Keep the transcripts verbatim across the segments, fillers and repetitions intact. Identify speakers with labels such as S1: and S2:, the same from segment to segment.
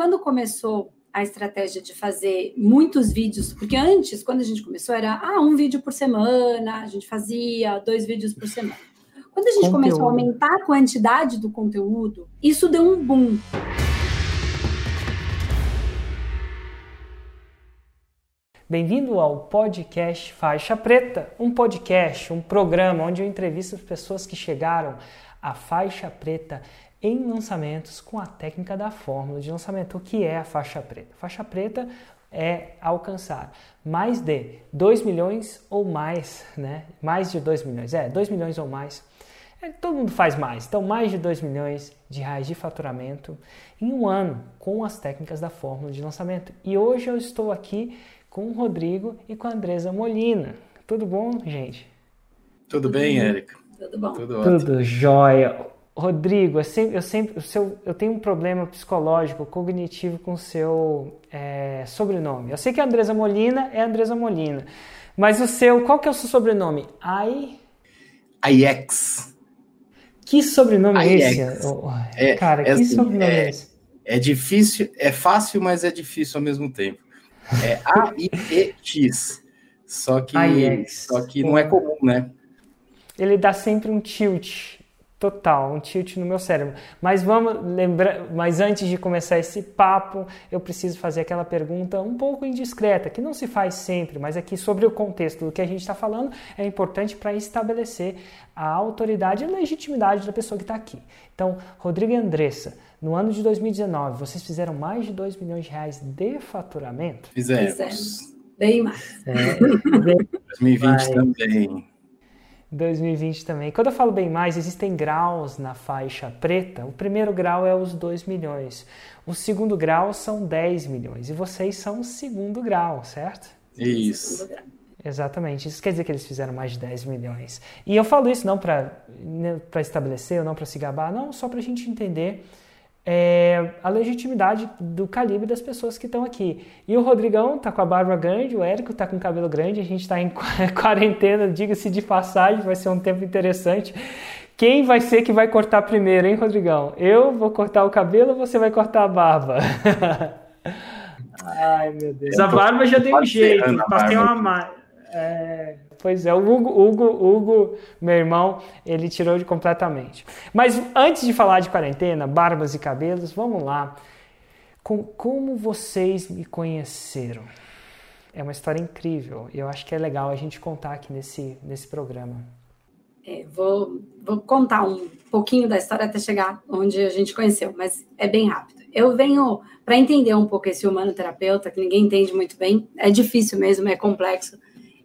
S1: quando começou a estratégia de fazer muitos vídeos, porque antes, quando a gente começou, era ah, um vídeo por semana, a gente fazia dois vídeos por semana. Quando a gente conteúdo. começou a aumentar a quantidade do conteúdo, isso deu um boom.
S2: Bem-vindo ao podcast Faixa Preta, um podcast, um programa onde eu entrevisto as pessoas que chegaram à faixa preta em lançamentos com a técnica da fórmula de lançamento. O que é a faixa preta? Faixa preta é alcançar mais de dois milhões ou mais, né? Mais de dois milhões, é, dois milhões ou mais. É, todo mundo faz mais, então mais de dois milhões de reais de faturamento em um ano com as técnicas da fórmula de lançamento. E hoje eu estou aqui com o Rodrigo e com a Andresa Molina. Tudo bom, gente?
S3: Tudo bem, Érica?
S1: Tudo bom.
S2: Tudo, Tudo jóia. Rodrigo, eu, sempre, eu, sempre, o seu, eu tenho um problema psicológico, cognitivo com o seu é, sobrenome. Eu sei que a Andresa Molina é a Andresa Molina, mas o seu, qual que é o seu sobrenome? Ai...
S3: Aiex.
S2: Que sobrenome
S3: Aiex.
S2: é esse? Oh,
S3: é,
S2: cara,
S3: é,
S2: que
S3: assim,
S2: sobrenome é,
S3: é
S2: esse?
S3: É difícil, é fácil, mas é difícil ao mesmo tempo. É A I E X. Só que, só que não é comum, né?
S2: Ele dá sempre um tilt total, um tilt no meu cérebro. Mas vamos lembrar, mas antes de começar esse papo, eu preciso fazer aquela pergunta um pouco indiscreta, que não se faz sempre, mas aqui sobre o contexto do que a gente está falando, é importante para estabelecer a autoridade e a legitimidade da pessoa que está aqui. Então, Rodrigo e Andressa, no ano de dois mil e dezenove, vocês fizeram mais de dois milhões de reais de faturamento?
S3: Fizemos.
S1: Fizemos. Bem mais.
S2: É,
S3: dois mil e vinte também.
S2: dois mil e vinte também. Quando eu falo bem mais, existem graus na faixa preta. O primeiro grau é os dois milhões. O segundo grau são dez milhões. E vocês são o segundo grau, certo?
S3: Isso.
S2: Exatamente. Isso quer dizer que eles fizeram mais de dez milhões. E eu falo isso não para para estabelecer ou não para se gabar, não, só para a gente entender é, a legitimidade do calibre das pessoas que estão aqui. E o Rodrigão tá com a barba grande, o Érico tá com o cabelo grande, a gente tá em quarentena, diga-se de passagem, vai ser um tempo interessante. Quem vai ser que vai cortar primeiro, hein, Rodrigão? Eu vou cortar o cabelo ou você vai cortar a barba? Ai, meu Deus. A barba já deu um jeito, passei uma má. É, pois é, o Hugo, Hugo, Hugo, meu irmão, ele tirou de completamente. Mas antes de falar de quarentena, barbas e cabelos, vamos lá. Com, como vocês me conheceram? É uma história incrível e eu acho que é legal a gente contar aqui nesse, nesse programa.
S1: É, vou, vou contar um pouquinho da história até chegar onde a gente conheceu, mas é bem rápido. Eu venho para entender um pouco esse humanoterapeuta, que ninguém entende muito bem, é difícil mesmo, é complexo.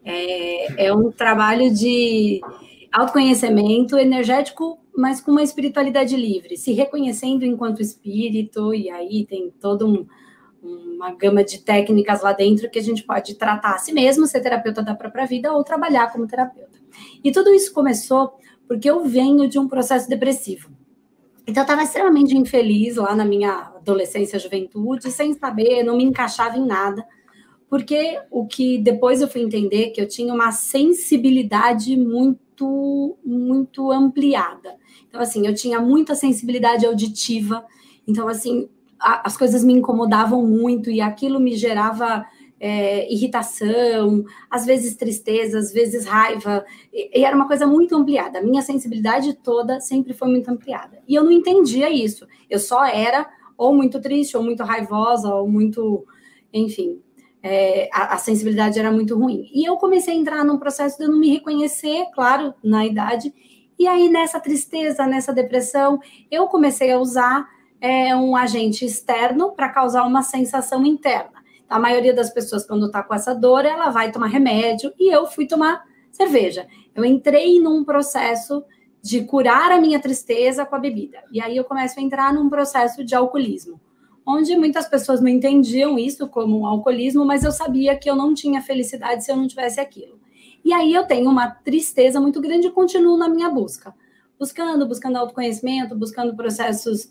S1: É, é um trabalho de autoconhecimento energético, mas com uma espiritualidade livre, se reconhecendo enquanto espírito, e aí tem toda um, uma gama de técnicas lá dentro que a gente pode tratar a si mesmo, ser terapeuta da própria vida ou trabalhar como terapeuta. E tudo isso começou porque eu venho de um processo depressivo. Então eu estava extremamente infeliz lá na minha adolescência, juventude, sem saber, não me encaixava em nada. Porque o que depois eu fui entender que eu tinha uma sensibilidade muito, muito ampliada. Então, assim, eu tinha muita sensibilidade auditiva. Então, assim, a, as coisas me incomodavam muito e aquilo me gerava é, irritação, às vezes tristeza, às vezes raiva. E, e era uma coisa muito ampliada. A minha sensibilidade toda sempre foi muito ampliada. E eu não entendia isso. Eu só era ou muito triste, ou muito raivosa, ou muito... Enfim... É, a, a sensibilidade era muito ruim. E eu comecei a entrar num processo de eu não me reconhecer, claro, na idade. E aí, nessa tristeza, nessa depressão, eu comecei a usar é, um agente externo para causar uma sensação interna. A maioria das pessoas, quando está com essa dor, ela vai tomar remédio. E eu fui tomar cerveja. Eu entrei num processo de curar a minha tristeza com a bebida. E aí eu começo a entrar num processo de alcoolismo, onde muitas pessoas não entendiam isso como um alcoolismo, mas eu sabia que eu não tinha felicidade se eu não tivesse aquilo. E aí eu tenho uma tristeza muito grande e continuo na minha busca. Buscando, buscando autoconhecimento, buscando processos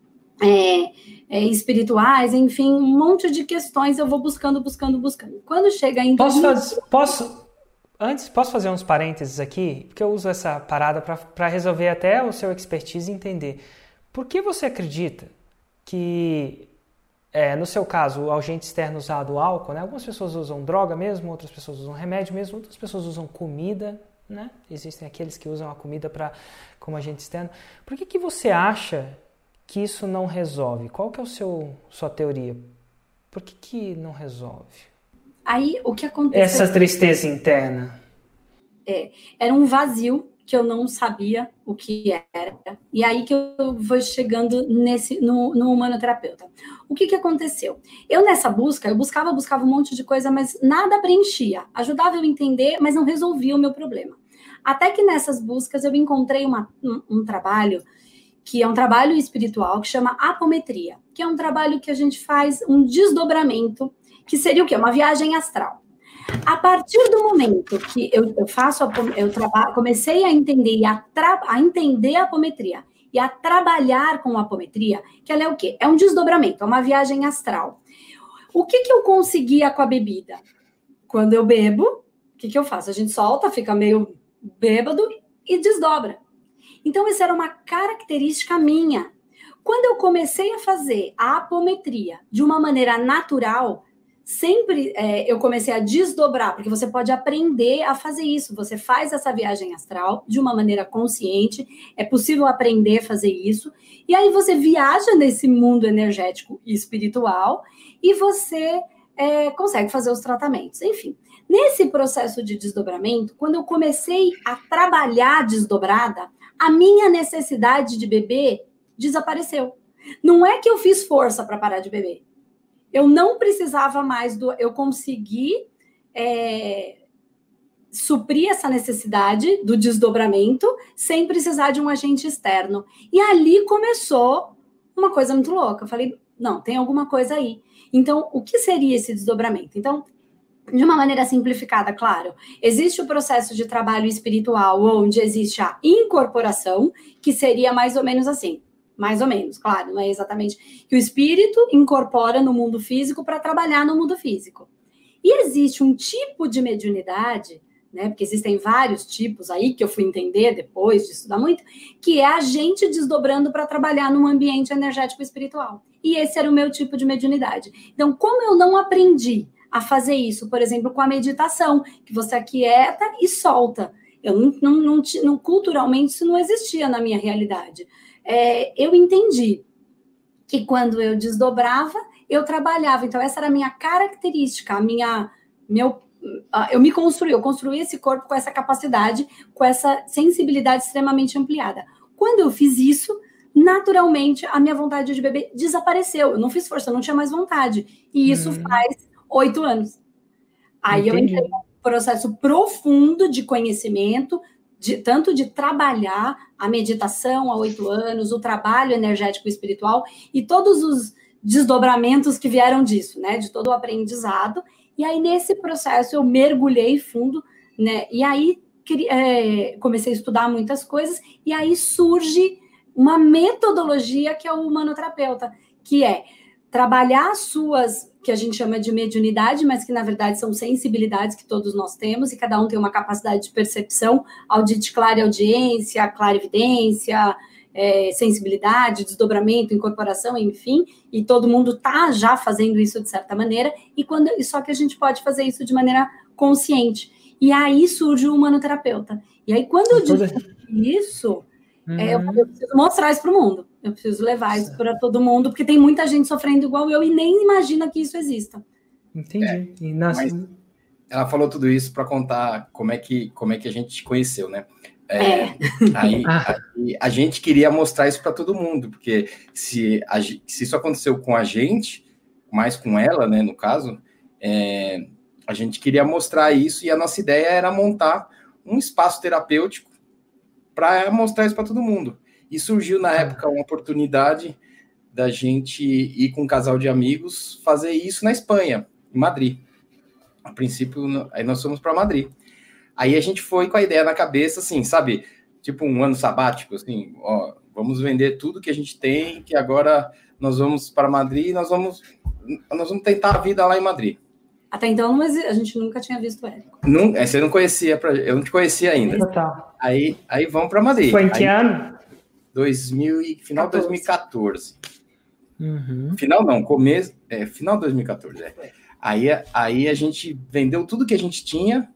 S1: é, é, espirituais, enfim, um monte de questões eu vou buscando, buscando, buscando. Quando chega em...
S2: Posso, fazer, posso, antes, posso fazer uns parênteses aqui? Porque eu uso essa parada para resolver até o seu expertise e entender. Por que você acredita que é, no seu caso, o agente externo usado, o álcool, né? Algumas pessoas usam droga mesmo, outras pessoas usam remédio mesmo, outras pessoas usam comida, né? Existem aqueles que usam a comida pra, como agente externo. Por que que você acha que isso não resolve? Qual que é o seu sua teoria? Por que que não resolve?
S1: Aí, o que aconteceu...
S2: Essa tristeza interna.
S1: É, era um vazio que eu não sabia o que era. E aí que eu vou chegando nesse, no, no humanoterapeuta. O que que aconteceu? Eu, nessa busca, eu buscava, buscava um monte de coisa, mas nada preenchia. Ajudava eu a entender, mas não resolvia o meu problema. Até que nessas buscas eu encontrei uma, um, um trabalho, que é um trabalho espiritual, que chama apometria, que é um trabalho que a gente faz um desdobramento, que seria o quê? Uma viagem astral. A partir do momento que eu, eu faço, a, eu trabalho, comecei a entender, a, tra, a entender a apometria e a trabalhar com a apometria, que ela é o quê? É um desdobramento, é uma viagem astral. O que que eu conseguia com a bebida? Quando eu bebo, o que que eu faço? A gente solta, fica meio bêbado e desdobra. Então, essa era uma característica minha. Quando eu comecei a fazer a apometria de uma maneira natural, sempre é, eu comecei a desdobrar, porque você pode aprender a fazer isso. Você faz essa viagem astral de uma maneira consciente, é possível aprender a fazer isso, e aí você viaja nesse mundo energético e espiritual, e você é, consegue fazer os tratamentos. Enfim, nesse processo de desdobramento, quando eu comecei a trabalhar desdobrada, a minha necessidade de beber desapareceu. Não é que eu fiz força para parar de beber. Eu não precisava mais do... Eu consegui é, suprir essa necessidade do desdobramento sem precisar de um agente externo. E ali começou uma coisa muito louca. Eu falei, não, tem alguma coisa aí. Então, o que seria esse desdobramento? Então, de uma maneira simplificada, claro, existe o processo de trabalho espiritual, onde existe a incorporação, que seria mais ou menos assim. Mais ou menos, claro, não é exatamente que o espírito incorpora no mundo físico para trabalhar no mundo físico. E existe um tipo de mediunidade, né, porque existem vários tipos aí, que eu fui entender depois de estudar muito, que é a gente desdobrando para trabalhar num ambiente energético espiritual. E esse era o meu tipo de mediunidade. Então, como eu não aprendi a fazer isso, por exemplo, com a meditação, que você aquieta e solta. Eu não, não, não, não culturalmente isso não existia na minha realidade. É, eu entendi que quando eu desdobrava, eu trabalhava. Então, essa era a minha característica, a minha, meu, eu me construí, eu construí esse corpo com essa capacidade, com essa sensibilidade extremamente ampliada. Quando eu fiz isso, naturalmente, a minha vontade de beber desapareceu. Eu não fiz força, eu não tinha mais vontade. E isso hum. faz oito anos. Aí Entendi. Eu entrei num processo profundo de conhecimento, De, tanto de trabalhar a meditação há oito anos, o trabalho energético e espiritual e todos os desdobramentos que vieram disso, né? De todo o aprendizado. E aí, nesse processo, eu mergulhei fundo, né? E aí, é, comecei a estudar muitas coisas e aí surge uma metodologia que é o humanoterapeuta, que é trabalhar as suas, que a gente chama de mediunidade, mas que na verdade são sensibilidades que todos nós temos, e cada um tem uma capacidade de percepção, audite clareaudiência, clarividência, é, sensibilidade, desdobramento, incorporação, enfim, e todo mundo está já fazendo isso de certa maneira, e quando, só que a gente pode fazer isso de maneira consciente. E aí surge o humanoterapeuta. E aí quando eu digo isso, uhum. é, eu, eu preciso mostrar isso para o mundo. Eu preciso levar isso para todo mundo, porque tem muita gente sofrendo igual eu e nem imagina que isso exista.
S2: Entendi.
S3: É,
S2: e nas...
S3: mas ela falou tudo isso para contar como é, que, como é que a gente conheceu, né? É,
S1: é.
S3: Aí, aí a gente queria mostrar isso para todo mundo, porque se, a, se isso aconteceu com a gente, mais com ela, né, no caso, é, a gente queria mostrar isso e a nossa ideia era montar um espaço terapêutico para mostrar isso para todo mundo. E surgiu, na época, uma oportunidade da gente ir com um casal de amigos fazer isso na Espanha, em Madrid. A princípio, aí nós fomos para Madrid. Aí a gente foi com a ideia na cabeça, assim, sabe? Tipo um ano sabático, assim, ó, vamos vender tudo que a gente tem, que agora nós vamos para Madrid e nós vamos, nós vamos tentar a vida lá em Madrid.
S1: Até então, a gente nunca tinha visto o Érico.
S3: Não, você não conhecia, eu não te conhecia ainda.
S2: Total.
S3: Aí, aí vamos para Madrid.
S2: Foi em que
S3: aí,
S2: ano?
S3: dois mil e, final de dois mil e quatorze.
S2: Uhum.
S3: Final não, começo, é, final de dois mil e quatorze. É. Aí, aí a gente vendeu tudo que a gente tinha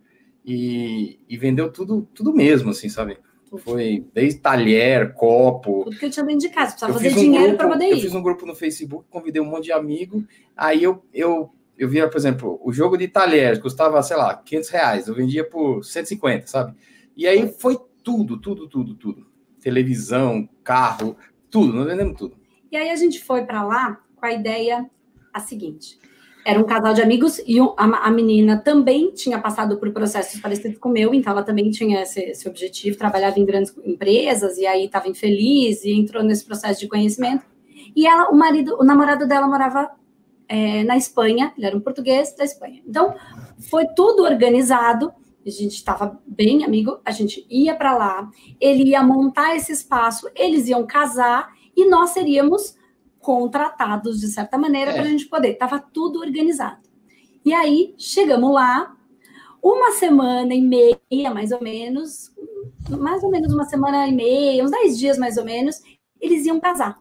S3: e, e vendeu tudo, tudo mesmo, assim, sabe? Foi desde talher, copo.
S1: Tudo que eu tinha dentro de casa, precisava
S3: eu
S1: fazer
S3: um
S1: dinheiro para
S3: grupo,
S1: poder ir.
S3: Eu fiz um grupo no Facebook, convidei um monte de amigo. Aí eu, eu, eu via, por exemplo, o jogo de talher custava, sei lá, quinhentos reais. Eu vendia por cento e cinquenta, sabe? E aí foi tudo, tudo, tudo, tudo. Televisão, carro, tudo, nós vendemos tudo.
S1: E aí a gente foi para lá com a ideia a seguinte. Era um casal de amigos e um, a, a menina também tinha passado por processos parecidos com o meu, então ela também tinha esse, esse objetivo, trabalhava em grandes empresas e aí estava infeliz e entrou nesse processo de conhecimento. E ela, o marido, o namorado dela morava é, na Espanha, ele era um português da Espanha. Então, foi tudo organizado, a gente estava bem amigo, a gente ia para lá, ele ia montar esse espaço, eles iam casar e nós seríamos contratados, de certa maneira, é. para a gente poder. Estava tudo organizado. E aí, chegamos lá, uma semana e meia, mais ou menos, mais ou menos uma semana e meia, uns dez dias, mais ou menos, eles iam casar.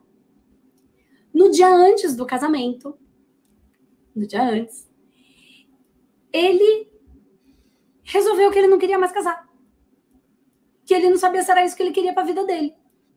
S1: No dia antes do casamento, no dia antes, ele resolveu que ele não queria mais casar. Que ele não sabia se era isso que ele queria para a vida dele.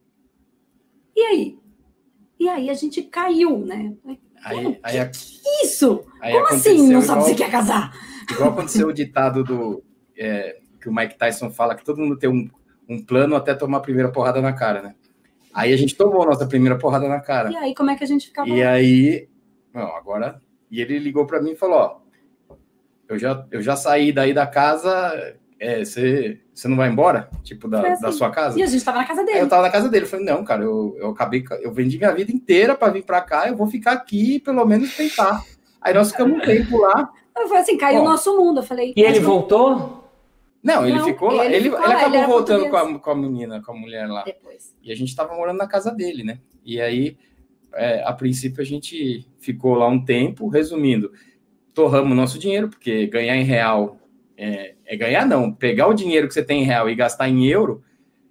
S1: E aí? E aí a gente caiu, né?
S3: Aí, aí,
S1: que, que isso?
S3: Aí
S1: Como assim não sabe
S3: igual,
S1: se quer casar?
S3: Igual aconteceu o ditado do, é, que o Mike Tyson fala, que todo mundo tem um, um plano até tomar a primeira porrada na cara, né? Aí a gente tomou a nossa primeira porrada na cara.
S1: E aí, como é que a gente ficava?
S3: E aí, não, agora... E ele ligou para mim e falou, ó, eu já, eu já saí daí da casa... É, você, você não vai embora? Tipo, da, assim. da sua casa?
S1: E a gente tava na casa dele.
S3: Aí eu tava na casa dele. Eu falei, não, cara, eu, eu acabei... Eu vendi minha vida inteira para vir para cá, eu vou ficar aqui e pelo menos tentar. Aí nós ficamos um tempo lá.
S1: Eu falei assim, caiu o nosso mundo. Eu falei...
S2: E ele voltou?
S3: Não, ele não, ficou lá. Ele, ele, ficou ele lá, acabou ele voltando com a, com a menina, com a mulher lá.
S1: Depois.
S3: E a gente tava morando na casa dele, né? E aí, é, a princípio, a gente ficou lá um tempo. Resumindo, torramos nosso dinheiro, porque ganhar em real... É, é ganhar, não. Pegar o dinheiro que você tem em real e gastar em euro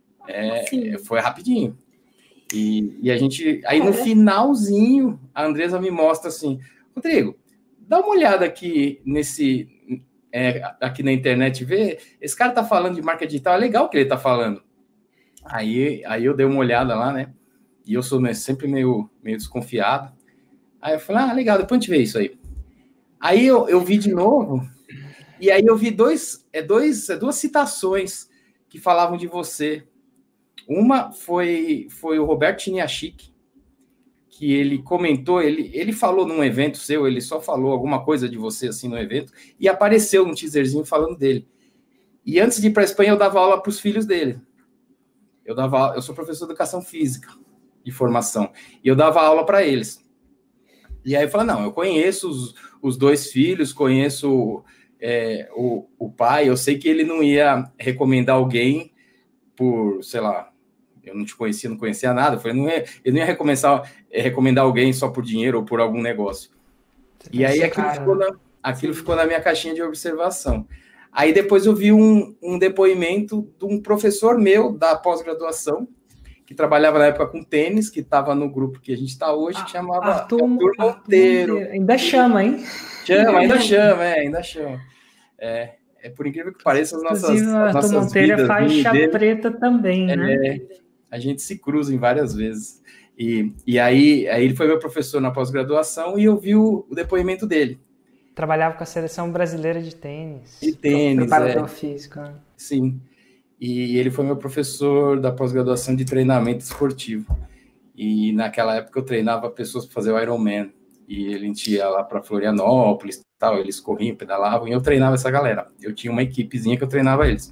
S3: é, foi rapidinho. E, e a gente... Aí, no finalzinho, a Andresa me mostra assim, Rodrigo, dá uma olhada aqui nesse... É, aqui na internet, vê, esse cara tá falando de marca digital, é legal o que ele tá falando. Aí, aí eu dei uma olhada lá, né? E eu sou sempre meio, meio desconfiado. Aí eu falei, ah, legal, depois a gente vê isso aí. Aí eu, eu vi de novo... E aí eu vi dois, é dois, é duas citações que falavam de você. Uma foi, foi o Roberto Chiniachik, que ele comentou, ele, ele falou num evento seu, ele só falou alguma coisa de você assim no evento, e apareceu um teaserzinho falando dele. E antes de ir para a Espanha, eu dava aula para os filhos dele. Eu, dava, eu sou professor de educação física, de formação, e eu dava aula para eles. E aí eu falei, não, eu conheço os, os dois filhos, conheço... É, o, o pai, eu sei que ele não ia recomendar alguém por, sei lá, eu não te conhecia, não conhecia nada, eu falei, não ia, ele não ia recomendar, recomendar alguém só por dinheiro ou por algum negócio. Você e aí aquilo, ficou na, aquilo ficou na minha caixinha de observação. Aí depois eu vi um, um depoimento de um professor meu da pós-graduação, que trabalhava na época com tênis, que estava no grupo que a gente está hoje, que chamava
S2: Arthur,
S3: Arthur Monteiro.
S2: Arthur, ainda chama, hein?
S3: Chama, ainda chama, é, ainda chama. É, é por incrível que pareça, as nossas, as nossas
S2: Arthur Monteiro
S3: vidas...
S2: é faixa dele, preta também,
S3: é,
S2: né?
S3: A gente se cruza em várias vezes. E, e aí, aí ele foi meu professor na pós-graduação e eu vi o, o depoimento dele.
S2: Trabalhava com a seleção brasileira de tênis.
S3: De tênis,
S2: preparador
S3: é.
S2: físico.
S3: Sim. E ele foi meu professor da pós-graduação de treinamento esportivo. E naquela época eu treinava pessoas para fazer o Ironman. E ele ia lá para Florianópolis, tal, eles corriam, pedalavam, e eu treinava essa galera. Eu tinha uma equipezinha que eu treinava eles.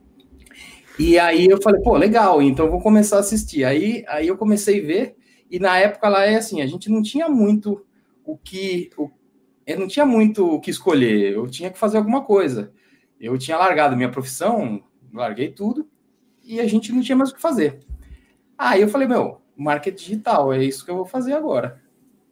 S3: E aí eu falei, pô, legal, então eu vou começar a assistir. Aí, aí eu comecei a ver, e na época lá é assim, a gente não tinha muito o que... O, eu não tinha muito o que escolher, eu tinha que fazer alguma coisa. Eu tinha largado minha profissão, larguei tudo, e a gente não tinha mais o que fazer. Aí eu falei, meu, marketing digital, é isso que eu vou fazer agora.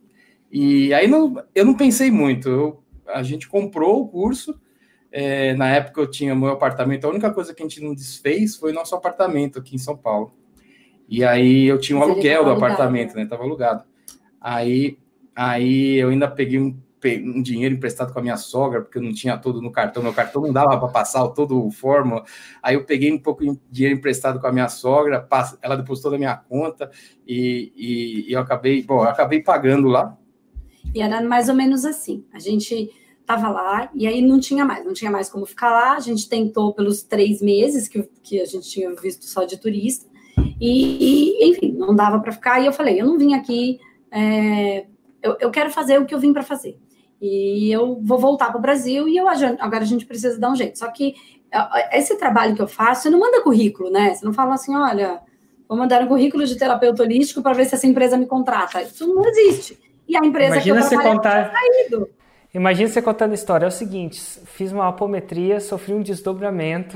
S3: E aí não, eu não pensei muito, eu, a gente comprou o curso, é, na época eu tinha meu apartamento, a única coisa que a gente não desfez foi nosso apartamento aqui em São Paulo. E aí eu tinha um aluguel do apartamento, né, estava alugado. Aí, aí eu ainda peguei um, um dinheiro emprestado com a minha sogra, porque eu não tinha todo no cartão, meu cartão não dava para passar todo o forma. Aí eu peguei um pouco de dinheiro emprestado com a minha sogra, ela depositou na minha conta e, e, e eu acabei, bom, eu acabei pagando lá.
S1: E era mais ou menos assim, a gente estava lá e aí não tinha mais, não tinha mais como ficar lá, a gente tentou pelos três meses que, que a gente tinha visto só de turista, e, e enfim, não dava para ficar, e eu falei, eu não vim aqui, é, eu, eu quero fazer o que eu vim para fazer, e eu vou voltar para o Brasil, e eu, agora a gente precisa dar um jeito, só que esse trabalho que eu faço, você não manda currículo, né, você não fala assim, olha, vou mandar um currículo de terapeuta holístico para ver se essa empresa me contrata, isso não existe. E a empresa
S2: Imagina
S1: que eu
S2: você contar...
S1: saído.
S2: Imagina você contando a história. É o seguinte, fiz uma apometria, sofri um desdobramento.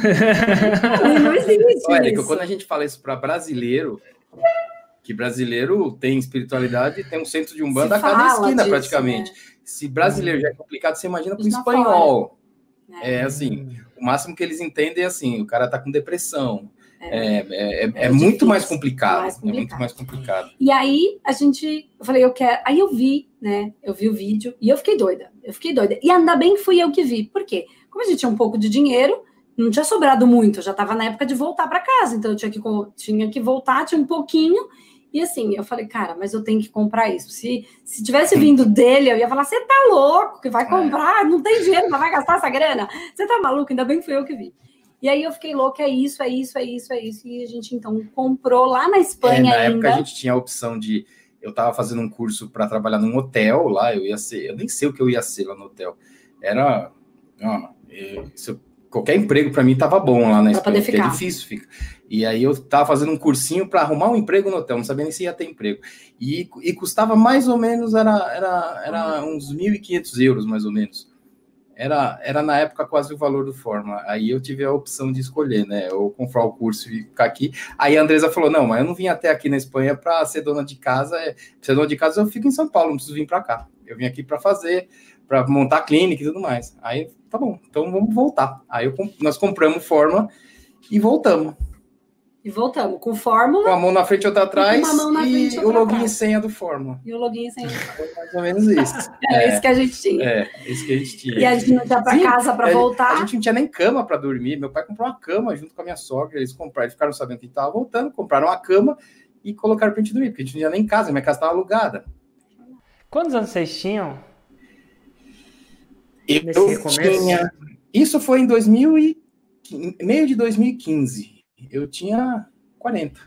S1: Não, não existe
S3: Olha,
S1: isso.
S3: que quando a gente fala isso para brasileiro, que brasileiro tem espiritualidade, tem um centro de Umbanda a cada esquina, disso, praticamente. Né? Se brasileiro já é complicado, você imagina para o espanhol. É. é assim, o máximo que eles entendem é assim, o cara está com depressão. É, é, é, é, é muito mais complicado, mais complicado. É muito mais complicado.
S1: E aí, a gente, eu falei, eu quero. Aí eu vi, né? Eu vi o vídeo e eu fiquei doida. Eu fiquei doida. E ainda bem que fui eu que vi. Por quê? Como a gente tinha um pouco de dinheiro, não tinha sobrado muito. Eu já estava na época de voltar para casa. Então eu tinha que, tinha que voltar, tinha um pouquinho. E assim, eu falei, cara, mas eu tenho que comprar isso. Se, se tivesse vindo dele, eu ia falar, você tá louco, que vai comprar, não tem dinheiro, mas vai gastar essa grana. Você tá maluco? Ainda bem que fui eu que vi. E aí eu fiquei louca, é isso, é isso, é isso, é isso. E a gente, então, comprou lá na Espanha
S3: é, na
S1: ainda.
S3: época a gente tinha a opção de... Eu estava fazendo um curso para trabalhar num hotel lá, eu ia ser... Eu nem sei o que eu ia ser lá no hotel. Era... Não, isso, qualquer emprego para mim estava bom lá na Espanha, porque é difícil fica. E aí eu estava fazendo um cursinho para arrumar um emprego no hotel, não sabia nem se ia ter emprego. E, e custava mais ou menos, era, era, era uns mil e quinhentos euros, mais ou menos. Era, era na época quase o valor do Forma. Aí eu tive a opção de escolher, né? Ou comprar o curso e ficar aqui. Aí a Andresa falou, não, mas eu não vim até aqui na Espanha para ser dona de casa. Pra ser dona de casa eu fico em São Paulo, não preciso vir para cá. Eu vim aqui para fazer, para montar a clínica e tudo mais. Aí, tá bom, então vamos voltar. Aí eu, nós compramos Forma e voltamos.
S1: E voltamos, com fórmula.
S3: Com a mão na frente e outra atrás.
S1: Com uma mão na frente
S3: e o login atrás. E senha do Forma.
S1: E o login e senha do Forma.
S3: Mais ou menos isso.
S1: É, é isso que a gente tinha.
S3: É, isso que a gente tinha.
S1: E a gente não ia para casa para voltar.
S3: A gente não tinha nem cama para dormir. Meu pai comprou uma cama junto com a minha sogra. Eles compraram, eles ficaram sabendo que a gente estava voltando, compraram uma cama e colocaram para a gente dormir, porque a gente não tinha nem casa, minha casa estava alugada.
S2: Quantos anos vocês tinham?
S3: Eu tinha... Isso foi em dois mil e... meio de dois mil e quinze. Eu tinha quarenta.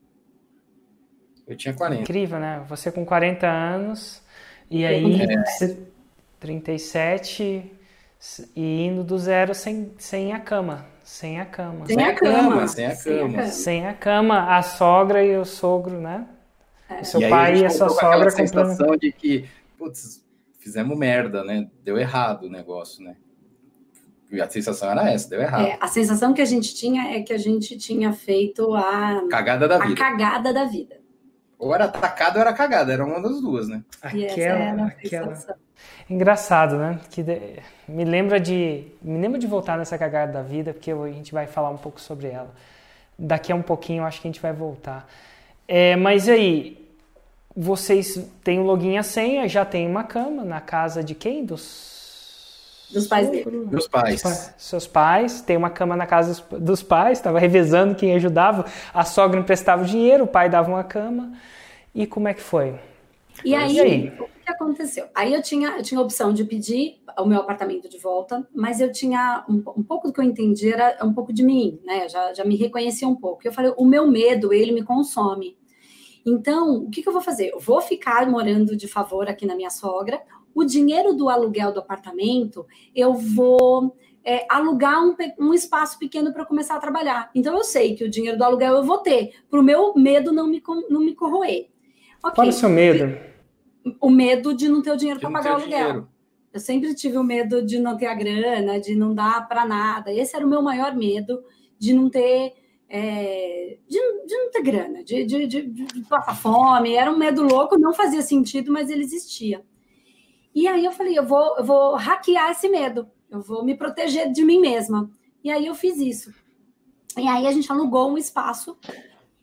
S3: Eu tinha quarenta.
S2: Incrível, né? Você com quarenta anos, e aí é. você, trinta e sete, e indo do zero sem, sem a cama. Sem a cama.
S1: Sem a cama.
S3: Sem a cama.
S2: Sem a cama. A sogra e o sogro, né?
S1: É.
S2: O seu
S3: e
S2: pai e a sua sogra.
S3: A sensação comprando... de que, putz, fizemos merda, né? Deu errado o negócio, né? A sensação era essa, deu errado.
S1: É, a sensação que a gente tinha é que a gente tinha feito a...
S3: Cagada da vida.
S1: A cagada da vida.
S3: Ou era atacado ou era cagada, era uma das duas, né?
S2: Aquela, aquela... Engraçado, né? Que de... me lembra de me lembra de voltar nessa cagada da vida, porque a gente vai falar um pouco sobre ela. Daqui a um pouquinho eu acho que a gente vai voltar. É, mas e aí, vocês têm o login e a senha, já tem uma cama na casa de quem? Dos...
S1: Dos pais dele.
S3: Dos pais.
S2: Seus pais, tem uma cama na casa dos pais, estava revezando quem ajudava, a sogra emprestava o dinheiro, o pai dava uma cama. E como é que foi?
S1: E aí, e aí? O que aconteceu? Aí eu tinha, eu tinha a opção de pedir o meu apartamento de volta, mas eu tinha, um, um pouco do que eu entendi era um pouco de mim, né? Já, já me reconhecia um pouco. Eu falei, o meu medo, ele me consome. Então, o que, que eu vou fazer? Eu vou ficar morando de favor aqui na minha sogra. O dinheiro do aluguel do apartamento, eu vou é, alugar um, um espaço pequeno para começar a trabalhar. Então, eu sei que o dinheiro do aluguel eu vou ter, para o meu medo não me, não me corroer. Okay.
S2: Qual é o seu medo?
S1: O medo de não ter o dinheiro para pagar o aluguel.
S3: Dinheiro.
S1: Eu sempre tive o medo de não ter a grana, de não dar para nada. Esse era o meu maior medo, de não ter... É, de, de não ter grana, de, de, de, de passar fome. Era um medo louco, não fazia sentido, mas ele existia. E aí eu falei, eu vou, eu vou hackear esse medo, eu vou me proteger de mim mesma. E aí eu fiz isso. E aí a gente alugou um espaço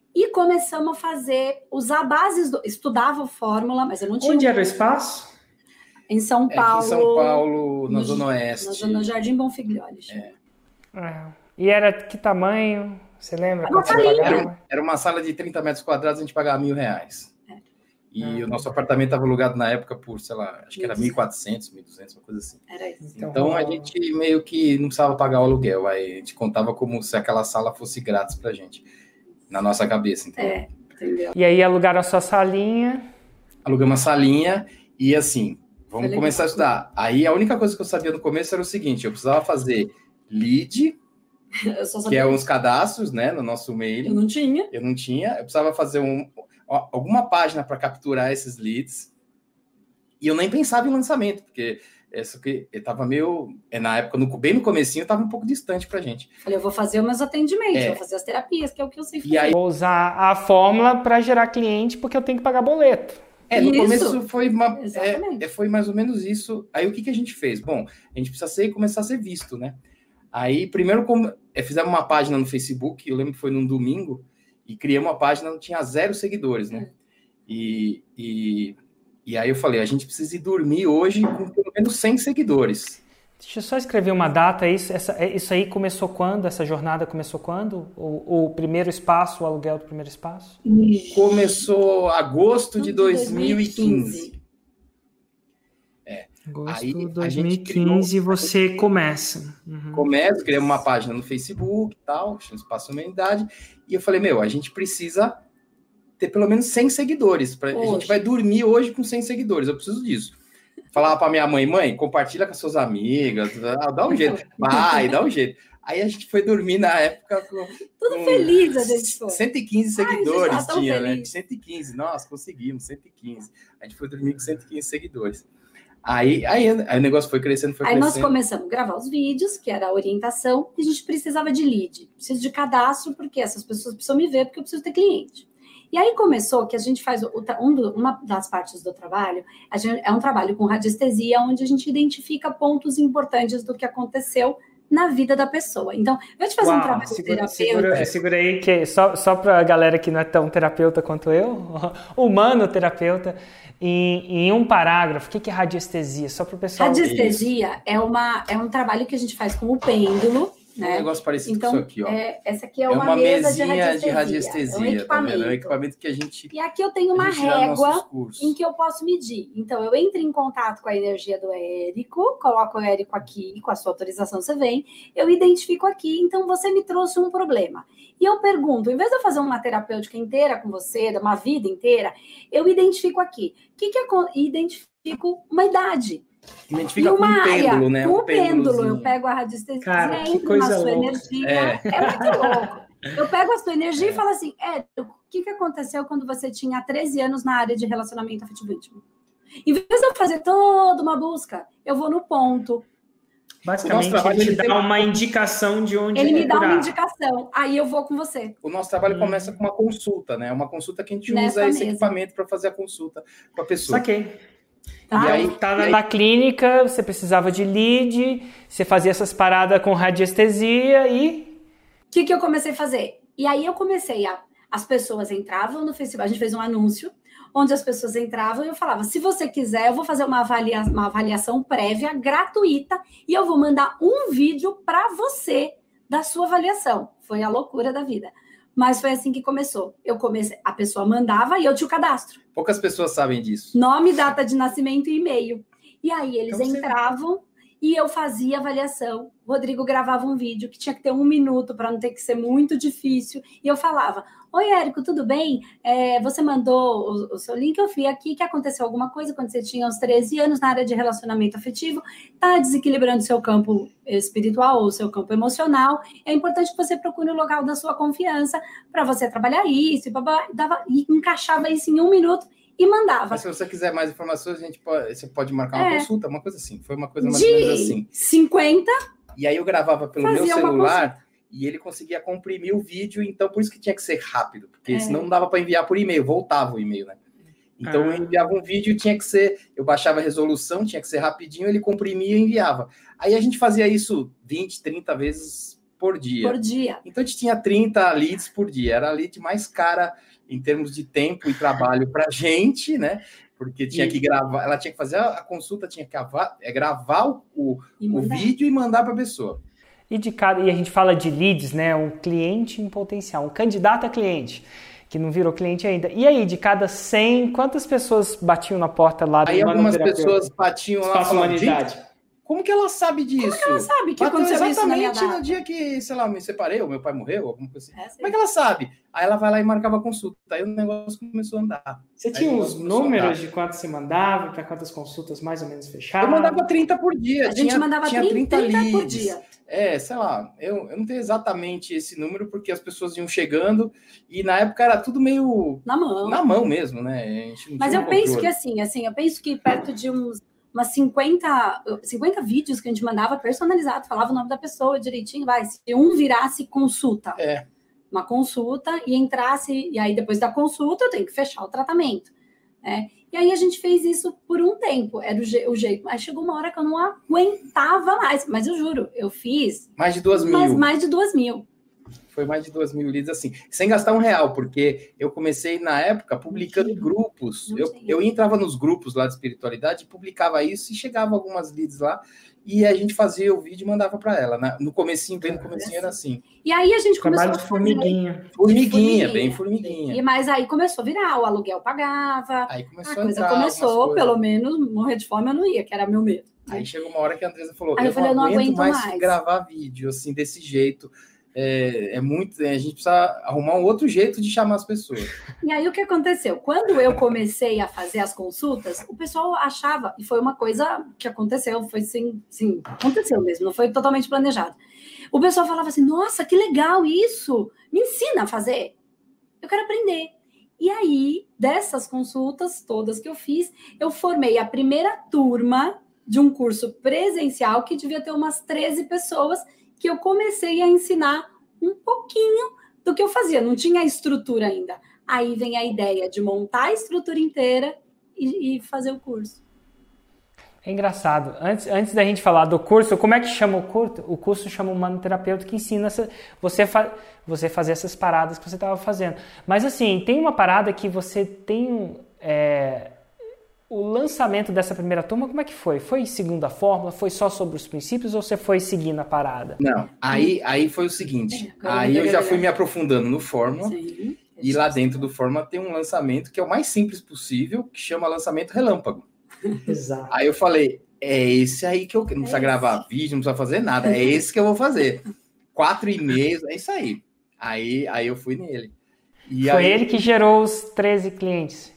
S1: e começamos a fazer, usar bases, do, estudava fórmula, mas eu não tinha...
S2: Onde era o espaço?
S1: Em São Paulo.
S3: É aqui em São Paulo, na
S1: no,
S3: Zona Oeste.
S1: Na Zona Jardim Bonfiglioli.
S3: É.
S2: É. E era que tamanho? Você lembra?
S1: Uma
S2: Quanto você pagava?
S3: Era, era uma sala de trinta metros quadrados, a gente pagava mil reais.
S1: É.
S3: E
S2: Ah.
S3: o nosso apartamento estava alugado na época por, sei lá, acho que era mil e quatrocentos, mil e duzentos, uma coisa assim.
S1: Era isso.
S3: Então, então a gente meio que não precisava pagar o aluguel, aí a gente contava como se aquela sala fosse grátis pra gente, na nossa cabeça. Entendeu?
S1: É, entendeu?
S2: E aí alugaram a sua salinha.
S3: Alugamos uma salinha e assim, vamos começar a estudar. Aí a única coisa que eu sabia no começo era o seguinte, eu precisava fazer lead,
S1: Eu só
S3: que é
S1: sabia.
S3: uns cadastros, né, no nosso e-mail.
S1: Eu não tinha.
S3: Eu não tinha, eu precisava fazer um, alguma página para capturar esses leads. E eu nem pensava em lançamento, porque essa que estava meio, na época, no, bem no comecinho, estava um pouco distante para a gente.
S1: Falei, eu vou fazer os meus atendimentos,
S3: É.
S1: vou fazer as terapias, que é o que eu sei fazer.
S3: E aí,
S2: Vou usar a fórmula para gerar cliente, porque eu tenho que pagar boleto.
S3: é, no
S1: Isso.
S3: começo foi, uma,
S1: Exatamente.
S3: é, foi mais ou menos isso. Aí o que, que a gente fez? Bom, a gente precisa ser, começar a ser visto, né? Aí, primeiro, como, é, fizemos uma página no Facebook, eu lembro que foi num domingo, e criamos uma página, não tinha zero seguidores, né? E, e, e aí eu falei, a gente precisa ir dormir hoje com pelo menos cem seguidores.
S2: Deixa eu só escrever uma data. Isso, essa, isso aí começou quando? Essa jornada começou quando? O, o primeiro espaço, o aluguel do primeiro espaço?
S3: Começou agosto de dois mil e quinze.
S2: Agosto
S3: Aí,
S2: de
S3: a
S2: dois mil e
S3: gente
S2: quinze
S3: criou-
S2: você começa. Uhum.
S3: Começo, criamos uma página no Facebook e tal, no Espaço Humanidade, e eu falei, meu, a gente precisa ter pelo menos cem seguidores. Pra, a
S1: Hoje.
S3: gente vai dormir hoje com cem seguidores, eu preciso disso. Falava para minha mãe, mãe, compartilha com as suas amigas, dá um jeito, vai, dá um jeito. Aí a gente foi dormir na época com...
S1: Tudo
S3: com
S1: feliz a gente foi.
S3: cento e quinze
S1: Ai, a gente
S3: seguidores
S1: tava tão
S3: tinha, né?
S1: feliz.
S3: cento e quinze, nossa, conseguimos, cento e quinze. A gente foi dormir com cento e quinze seguidores. Aí, aí, aí o negócio foi crescendo, foi
S1: Aí
S3: crescendo.
S1: nós começamos a gravar os vídeos, que era a orientação, e a gente precisava de lead. Preciso de cadastro, porque essas pessoas precisam me ver, porque eu preciso ter cliente. E aí começou que a gente faz, o, um do, uma das partes do trabalho, a gente, é um trabalho com radiestesia, onde a gente identifica pontos importantes do que aconteceu na vida da pessoa. Então, eu vou te fazer
S2: Uau,
S1: um trabalho
S2: segura,
S1: terapêutico.
S2: segura, segura aí, que só, só para a galera que não é tão terapeuta quanto eu, humano terapeuta, em, em um parágrafo, o que, que é radiestesia? Só para o pessoal...
S1: Radiestesia é, uma, é um trabalho que a gente faz com o pêndulo, né?
S3: Um negócio parecido
S1: Então,
S3: com isso aqui, ó.
S1: É, essa aqui é
S3: É
S1: uma,
S3: uma
S1: mesa
S3: mesinha
S1: de radiestesia.
S3: de radiestesia,
S1: é um
S3: tá
S1: equipamento.
S3: vendo? É um equipamento que a gente...
S1: E aqui eu tenho uma
S3: a gente tira nossos
S1: régua
S3: cursos.
S1: em que eu posso medir. Então, eu entro em contato com a energia do Érico, coloco o Érico aqui, com a sua autorização você vem, eu identifico aqui, então você me trouxe um problema. E eu pergunto, em vez de eu fazer uma terapêutica inteira com você, uma vida inteira, eu identifico aqui. O que que eu identifico? Uma idade.
S3: Identifica
S1: E
S3: com
S1: uma
S3: um pêndulo,
S1: área,
S3: né?
S1: com
S3: Um
S1: o pêndulo,
S3: pêndulozinho.
S1: eu pego a radiestesia,
S2: Cara, que
S1: entro
S2: coisa
S1: na sua
S2: louca.
S1: energia,
S3: É.
S1: é, muito louco. Eu pego a sua energia e falo assim, Érico, o que, que aconteceu quando você tinha treze anos na área de relacionamento afetivo íntimo? Em vez de eu fazer toda uma busca, eu vou no ponto.
S2: Basicamente,
S3: O nosso trabalho,
S2: ele te
S3: ele tem-
S2: dá uma indicação de onde
S1: Ele me dá
S2: procurar.
S1: uma indicação, aí eu vou com você.
S3: O nosso trabalho
S2: Hum.
S3: começa com uma consulta, né? Uma consulta que a gente
S1: Nessa
S3: usa esse
S1: mesa.
S3: equipamento para fazer a consulta com a pessoa.
S2: Saquei.
S1: Tá?
S3: E aí-
S2: Tá na, na clínica, você precisava de lead, você fazia essas paradas com radiestesia e...
S1: O que, que eu comecei a fazer? E aí eu comecei a... As pessoas entravam no Facebook, a gente fez um anúncio, onde as pessoas entravam e eu falava, se você quiser, eu vou fazer uma, avalia, uma avaliação prévia, gratuita, e eu vou mandar um vídeo para você da sua avaliação. Foi a loucura da vida. Mas foi assim que começou. Eu comecei, a pessoa mandava e eu tinha o cadastro.
S3: Poucas pessoas sabem disso.
S1: Nome, data de nascimento e e-mail. E aí eles
S3: Então, você-
S1: entravam e eu fazia avaliação. O Rodrigo gravava um vídeo que tinha que ter um minuto para não ter que ser muito difícil. E eu falava, oi, Érico, tudo bem? É, você mandou o, o seu link, eu vi aqui que aconteceu alguma coisa quando você tinha uns treze anos na área de relacionamento afetivo, está desequilibrando seu campo espiritual ou seu campo emocional. É importante que você procure o local da sua confiança para você trabalhar isso. E, babá, dava, e encaixava isso em um minuto e mandava.
S3: Mas se você quiser mais informações, a gente pode, você pode marcar uma
S1: É.
S3: consulta, uma coisa assim. Foi uma coisa mais ou menos
S1: De
S3: assim.
S1: cinquenta,
S3: E aí eu gravava pelo
S1: Fazia
S3: meu
S1: uma
S3: celular e ele conseguia comprimir o vídeo, então por isso que tinha que ser rápido, porque
S1: É.
S3: senão não dava para enviar por e-mail, voltava o e-mail, né? Então
S2: Ah.
S3: eu enviava um vídeo, tinha que ser, eu baixava a resolução, tinha que ser rapidinho, ele comprimia e enviava. Aí a gente fazia isso vinte, trinta vezes por dia.
S1: Por dia.
S3: Então, a gente tinha trinta leads por dia. Era a lead mais cara em termos de tempo e trabalho para a gente, né? Porque tinha e... que gravar, ela tinha que fazer a consulta, tinha que gravar, é, gravar o, o vídeo e mandar para a pessoa.
S2: E, de cada, e a gente fala de leads, né? Um cliente em potencial, um candidato a cliente, que não virou cliente ainda. E aí, de cada cem, quantas pessoas batiam na porta lá do
S3: Aí algumas pessoas batiam lá
S2: Espaço Humanidade.
S3: Como que ela sabe disso?
S1: Como que ela sabe que
S3: Bateu
S1: aconteceu
S3: exatamente
S1: isso na
S3: no dia que, sei lá, me separei, ou meu pai morreu, alguma coisa assim.
S1: É,
S3: Como é que ela sabe? Aí ela vai lá e marcava a consulta. Aí o negócio começou a andar.
S2: Você tinha os números de quanto você mandava, para quantas consultas mais ou menos fechavam?
S3: Eu mandava trinta por dia.
S1: A gente
S3: tinha,
S1: mandava
S3: tinha
S1: trinta,
S3: trinta
S1: trinta por dia.
S3: É, sei lá, eu, eu não tenho exatamente esse número, porque as pessoas iam chegando e na época era tudo meio...
S1: Na mão.
S3: Na mão mesmo, né? A gente não
S1: Mas
S3: tinha
S1: eu
S3: um
S1: penso
S3: controle.
S1: que assim, assim, eu penso que perto de uns umas cinquenta, cinquenta vídeos que a gente mandava personalizado, falava o nome da pessoa direitinho, vai, se um virasse consulta,
S3: é.
S1: uma consulta e entrasse, e aí depois da consulta eu tenho que fechar o tratamento, né? E aí a gente fez isso por um tempo, era o, je- o jeito, aí chegou uma hora que eu não aguentava mais, mas eu juro, eu fiz
S3: mais de duas mil.
S1: mais, mais de duas mil.
S3: Foi mais de duas mil leads, assim, sem gastar um real, porque eu comecei, na época, publicando em grupos. Eu, eu entrava nos grupos lá de espiritualidade, publicava isso e chegava algumas leads lá, e a gente fazia o vídeo e mandava para ela. Né? No comecinho, bem no comecinho, era assim.
S1: E aí a gente começou
S2: Trabalho de formiguinha.
S3: Formiguinha, formiguinha, bem formiguinha.
S1: E, mas aí começou a virar, o aluguel pagava,
S3: aí começou
S1: a
S3: a
S1: coisa
S3: entrar
S1: começou, pelo menos morrer de fome eu não ia, que era meu medo.
S3: Aí chegou uma hora que a Andresa falou,
S1: aí eu, eu falei,
S3: não,
S1: eu não aguento
S3: mais,
S1: mais
S3: gravar vídeo, assim, desse jeito. É, é muito, a gente precisa arrumar um outro jeito de chamar as pessoas.
S1: E aí o que aconteceu? Quando eu comecei a fazer as consultas, o pessoal achava, e foi uma coisa que aconteceu, foi sim, sim, aconteceu mesmo, não foi totalmente planejado. O pessoal falava assim, nossa, que legal isso, me ensina a fazer, eu quero aprender. E aí, dessas consultas todas que eu fiz, eu formei a primeira turma de um curso presencial que devia ter umas treze pessoas, que eu comecei a ensinar um pouquinho do que eu fazia. Não tinha a estrutura ainda. Aí vem a ideia de montar a estrutura inteira e, e fazer o curso.
S2: É engraçado. Antes, antes da gente falar do curso, como é que chama o curso? O curso chama Humanoterapeuta, que ensina essa, você, fa, você fazer essas paradas que você estava fazendo. Mas assim, tem uma parada que você tem... É, o lançamento dessa primeira turma, como é que foi? Foi segundo a fórmula? Foi só sobre os princípios ou você foi seguindo a parada?
S3: Não, aí, aí foi o seguinte, é, aí eu já fui me aprofundando no Fórmula, sim, e lá dentro do Fórmula tem um lançamento que é o mais simples possível, que chama lançamento relâmpago.
S2: Exato.
S3: Aí eu falei, é esse aí que eu... Não precisa é gravar vídeo, não precisa fazer nada, é esse que eu vou fazer. Quatro e-mails, é isso aí. Aí, aí eu fui nele. E
S2: foi
S3: aí...
S2: ele que gerou os treze clientes?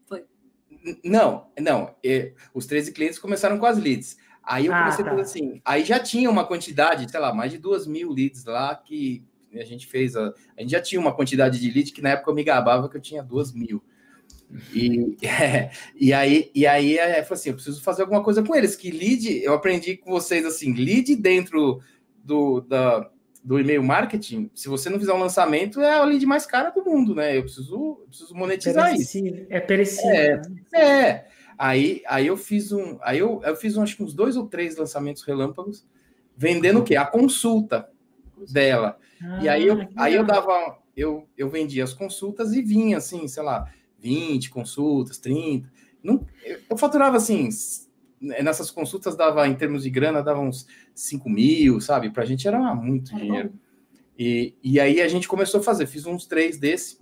S3: Não, não. É, os treze clientes começaram com as leads. Aí eu comecei ah, tá. a fazer assim. Aí já tinha uma quantidade, sei lá, mais de duas mil leads lá que a gente fez. A, a gente já tinha uma quantidade de leads que na época eu me gabava que eu tinha duas mil. E, é, e aí, e aí eu falei assim: eu preciso fazer alguma coisa com eles. Que lead, eu aprendi com vocês assim: lead dentro do, da, do e-mail marketing, se você não fizer um lançamento, é a lead mais cara do mundo, né? Eu preciso, eu preciso monetizar é isso.
S2: É perecível.
S3: É, né? é. Aí, aí eu fiz um, aí eu, eu fiz um, acho que uns dois ou três lançamentos relâmpagos, vendendo o quê? A consulta dela. Ah, e aí eu, aí eu dava, eu, eu vendia as consultas e vinha assim, sei lá, vinte consultas, trinta. Não, eu, eu faturava assim. Nessas consultas dava, em termos de grana, dava uns cinco mil, sabe? Pra gente era muito dinheiro. E, e aí a gente começou a fazer, fiz uns três desse.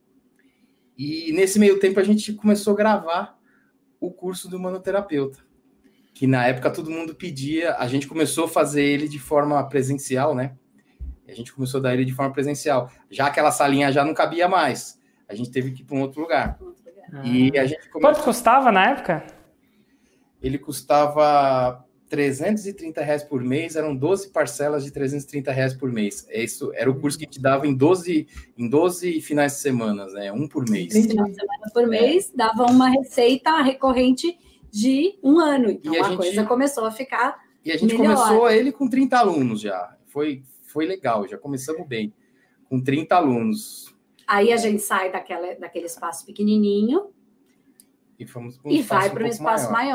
S3: E nesse meio tempo a gente começou a gravar o curso do humanoterapeuta. Que na época todo mundo pedia, a gente começou a fazer ele de forma presencial, né? A gente começou a dar ele de forma presencial. Já aquela salinha já não cabia mais. A gente teve que ir para um outro lugar.
S2: Ah.
S3: E a gente começou...
S2: Quanto custava na época?
S3: Ele custava trezentos e trinta reais por mês, eram doze parcelas de trezentos e trinta reais por mês. Isso era o curso que te dava em doze, em doze finais de semana, né? Um por mês.
S1: Final de semana por mês, é. Dava uma receita recorrente de um ano. Então, e a, a gente, coisa começou a ficar
S3: E a gente melhor. Começou ele com trinta alunos já. Foi, foi legal, já começamos bem. Com trinta alunos.
S1: Aí a gente sai daquela, daquele espaço pequenininho
S3: e, fomos
S1: um e vai para um espaço maior. maior.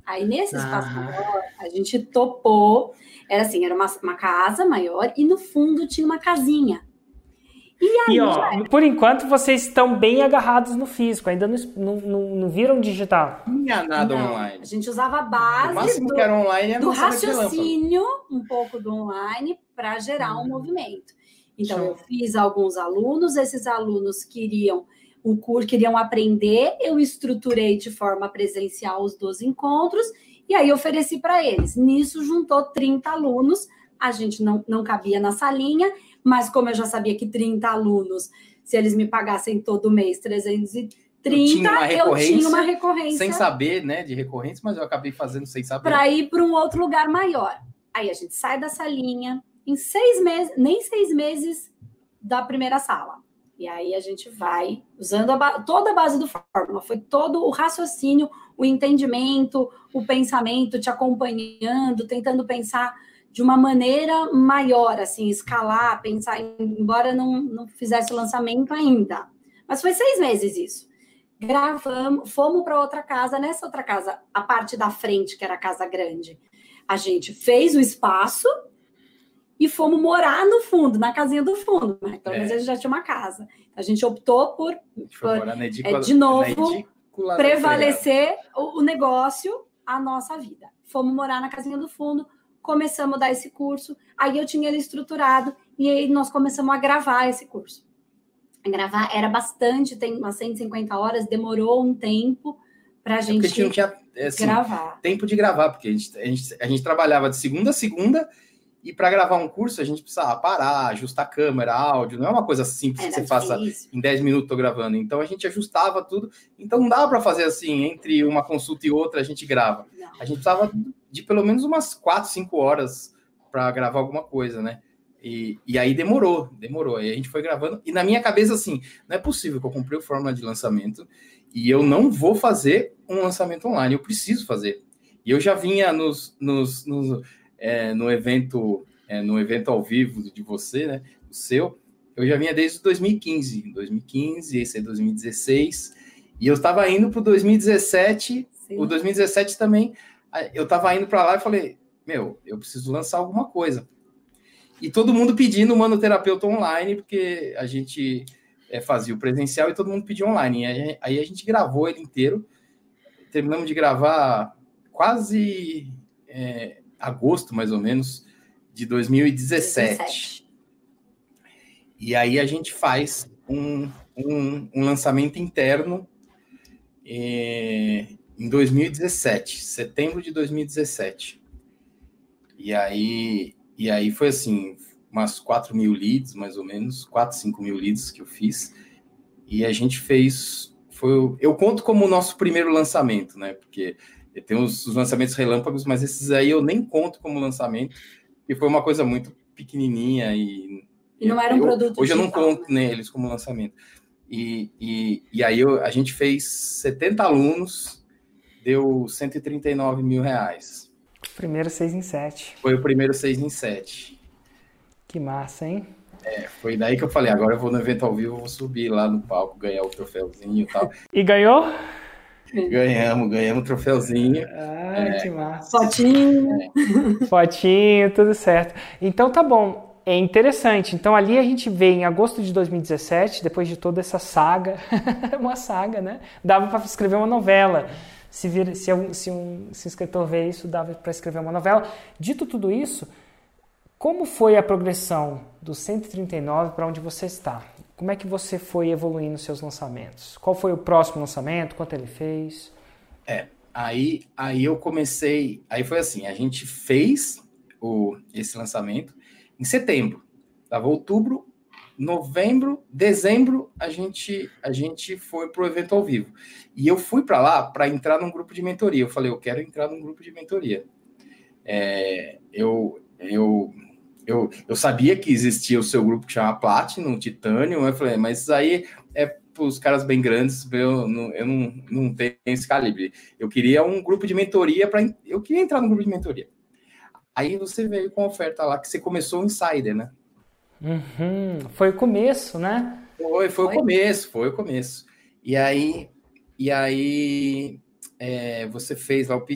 S1: Aí, nesse espaço
S2: Aham.
S1: maior, a gente topou. Era assim, era uma, uma casa maior e no fundo tinha uma casinha. E aí,
S2: E
S1: já
S2: ó, por enquanto vocês estão bem agarrados no físico, ainda não, não, não- não viram digital.
S3: Não tinha nada
S1: não,
S3: online.
S1: a gente usava a
S3: O
S1: base
S3: máximo
S1: do,
S3: que era online era
S1: do
S3: lançamento de relâmpago.
S1: raciocínio, um pouco do online, para gerar um movimento. Então,
S2: Show.
S1: eu fiz alguns alunos, esses alunos queriam o curso, queriam aprender, eu estruturei de forma presencial os doze encontros, e aí ofereci para eles. Nisso, juntou trinta alunos, a gente não, não cabia na salinha, mas como eu já sabia que trinta alunos, se eles me pagassem todo mês trezentos e trinta,
S3: Eu tinha uma
S1: eu
S3: recorrência,
S1: tinha uma recorrência
S3: sem saber, né, de recorrência, mas eu acabei fazendo sem saber.
S1: para ir para um outro lugar maior. Aí a gente sai da salinha, em seis meses, nem seis meses da primeira sala. E aí a gente vai usando a ba- toda a base do Fórmula, foi todo o raciocínio, o entendimento, o pensamento, te acompanhando, tentando pensar de uma maneira maior, assim, escalar, pensar, embora não, não fizesse o lançamento ainda. Mas foi seis meses isso. Gravamos, fomos para outra casa. Nessa outra casa, a parte da frente, que era a casa grande, a gente fez o espaço e fomos morar no fundo, na casinha do fundo. Mas pelo menos
S3: É.
S1: a gente já tinha uma casa. A gente optou por,
S3: A gente foi
S1: por
S3: morar na edícula-
S1: é, de novo,
S3: na edícula do
S1: prevalecer o, o negócio, a nossa vida. Fomos morar na casinha do fundo, começamos a dar esse curso, aí eu tinha ele estruturado, e aí nós começamos a gravar esse curso. A gravar era bastante, tem umas cento e cinquenta horas, demorou um tempo para a
S3: É porque a
S1: gente
S3: gente não tinha assim,
S1: gravar.
S3: tempo de gravar, porque a gente, a, gente, a gente trabalhava de segunda a segunda, e para gravar um curso a gente precisava parar, ajustar a câmera, áudio, não é uma coisa simples
S1: Era
S3: que você faça
S1: difícil.
S3: em dez minutos tô gravando. Então a gente ajustava tudo, então não dava para fazer assim, entre uma consulta e outra a gente grava.
S1: Não.
S3: A gente precisava de pelo menos umas quatro, cinco horas para gravar alguma coisa, né? E, e aí demorou, demorou. Aí a gente foi gravando. E na minha cabeça, assim, não é possível que eu comprei o Fórmula de lançamento e eu não vou fazer um lançamento online. Eu preciso fazer. E eu já vinha nos, nos, nos, é, no evento é, no evento ao vivo de você, né? O seu. Eu já vinha desde dois mil e quinze. dois mil e quinze, esse é dois mil e dezesseis. E eu estava indo para o dois mil e dezessete.
S1: Sim.
S3: O dois mil e dezessete também. Eu estava indo para lá e falei, meu, eu preciso lançar alguma coisa. E todo mundo pedindo manoterapeuta online, porque a gente é, fazia o presencial e todo mundo pedia online. E aí, aí a gente gravou ele inteiro. Terminamos de gravar quase é, agosto, mais ou menos, de dois mil e dezessete. dezessete. E aí a gente faz um, um, um lançamento interno é, em dois mil e dezessete, setembro de dois mil e dezessete. E aí... E aí foi assim, umas quatro mil leads, mais ou menos, quatro, cinco mil leads que eu fiz. E a gente fez... Foi, eu conto como o nosso primeiro lançamento, né? Porque tem os, os lançamentos relâmpagos, mas esses aí eu nem conto como lançamento, porque foi uma coisa muito pequenininha e...
S1: E não era um
S3: eu,
S1: produto
S3: Hoje
S1: digital,
S3: eu não conto
S1: né?
S3: neles como lançamento. E, e, e aí eu, a gente fez setenta alunos, deu cento e trinta e nove mil reais.
S2: Primeiro seis em sete.
S3: Foi o primeiro seis em sete.
S2: Que massa, hein?
S3: É, foi daí que eu falei, agora eu vou no evento ao vivo, vou subir lá no palco, ganhar o troféuzinho e tal.
S2: E ganhou?
S3: Ganhamos, ganhamos o troféuzinho.
S2: Ah,
S3: é,
S2: que massa.
S1: Fotinho.
S2: É. Fotinho, tudo certo. Então tá bom. É interessante. Então ali a gente vê em agosto de dois mil e dezessete, depois de toda essa saga, uma saga, né? Dava para escrever uma novela. Se, vir, se, um, se, um, se um escritor vê isso, dava para escrever uma novela. Dito tudo isso, como foi a progressão do cento e trinta e nove para onde você está? Como é que você foi evoluindo nos seus lançamentos? Qual foi o próximo lançamento? Quanto ele fez?
S3: É, aí, aí eu comecei... Aí foi assim, a gente fez o, esse lançamento em setembro. Tava outubro, novembro, dezembro, a gente, a gente foi para o evento ao vivo. E eu fui para lá para entrar num grupo de mentoria. Eu falei, eu quero entrar num grupo de mentoria. É, eu, eu, eu, eu sabia que existia o seu grupo que chama Platinum, Titanium. Eu falei, mas isso aí é para os caras bem grandes, eu, não, eu não, não tenho esse calibre. Eu queria um grupo de mentoria, para eu queria entrar num grupo de mentoria. Aí você veio com a oferta lá, que você começou o Insider, né?
S2: Uhum. Foi o começo, né?
S3: Foi, foi, foi o começo, foi o começo. E aí, e aí é, você fez lá o pitch.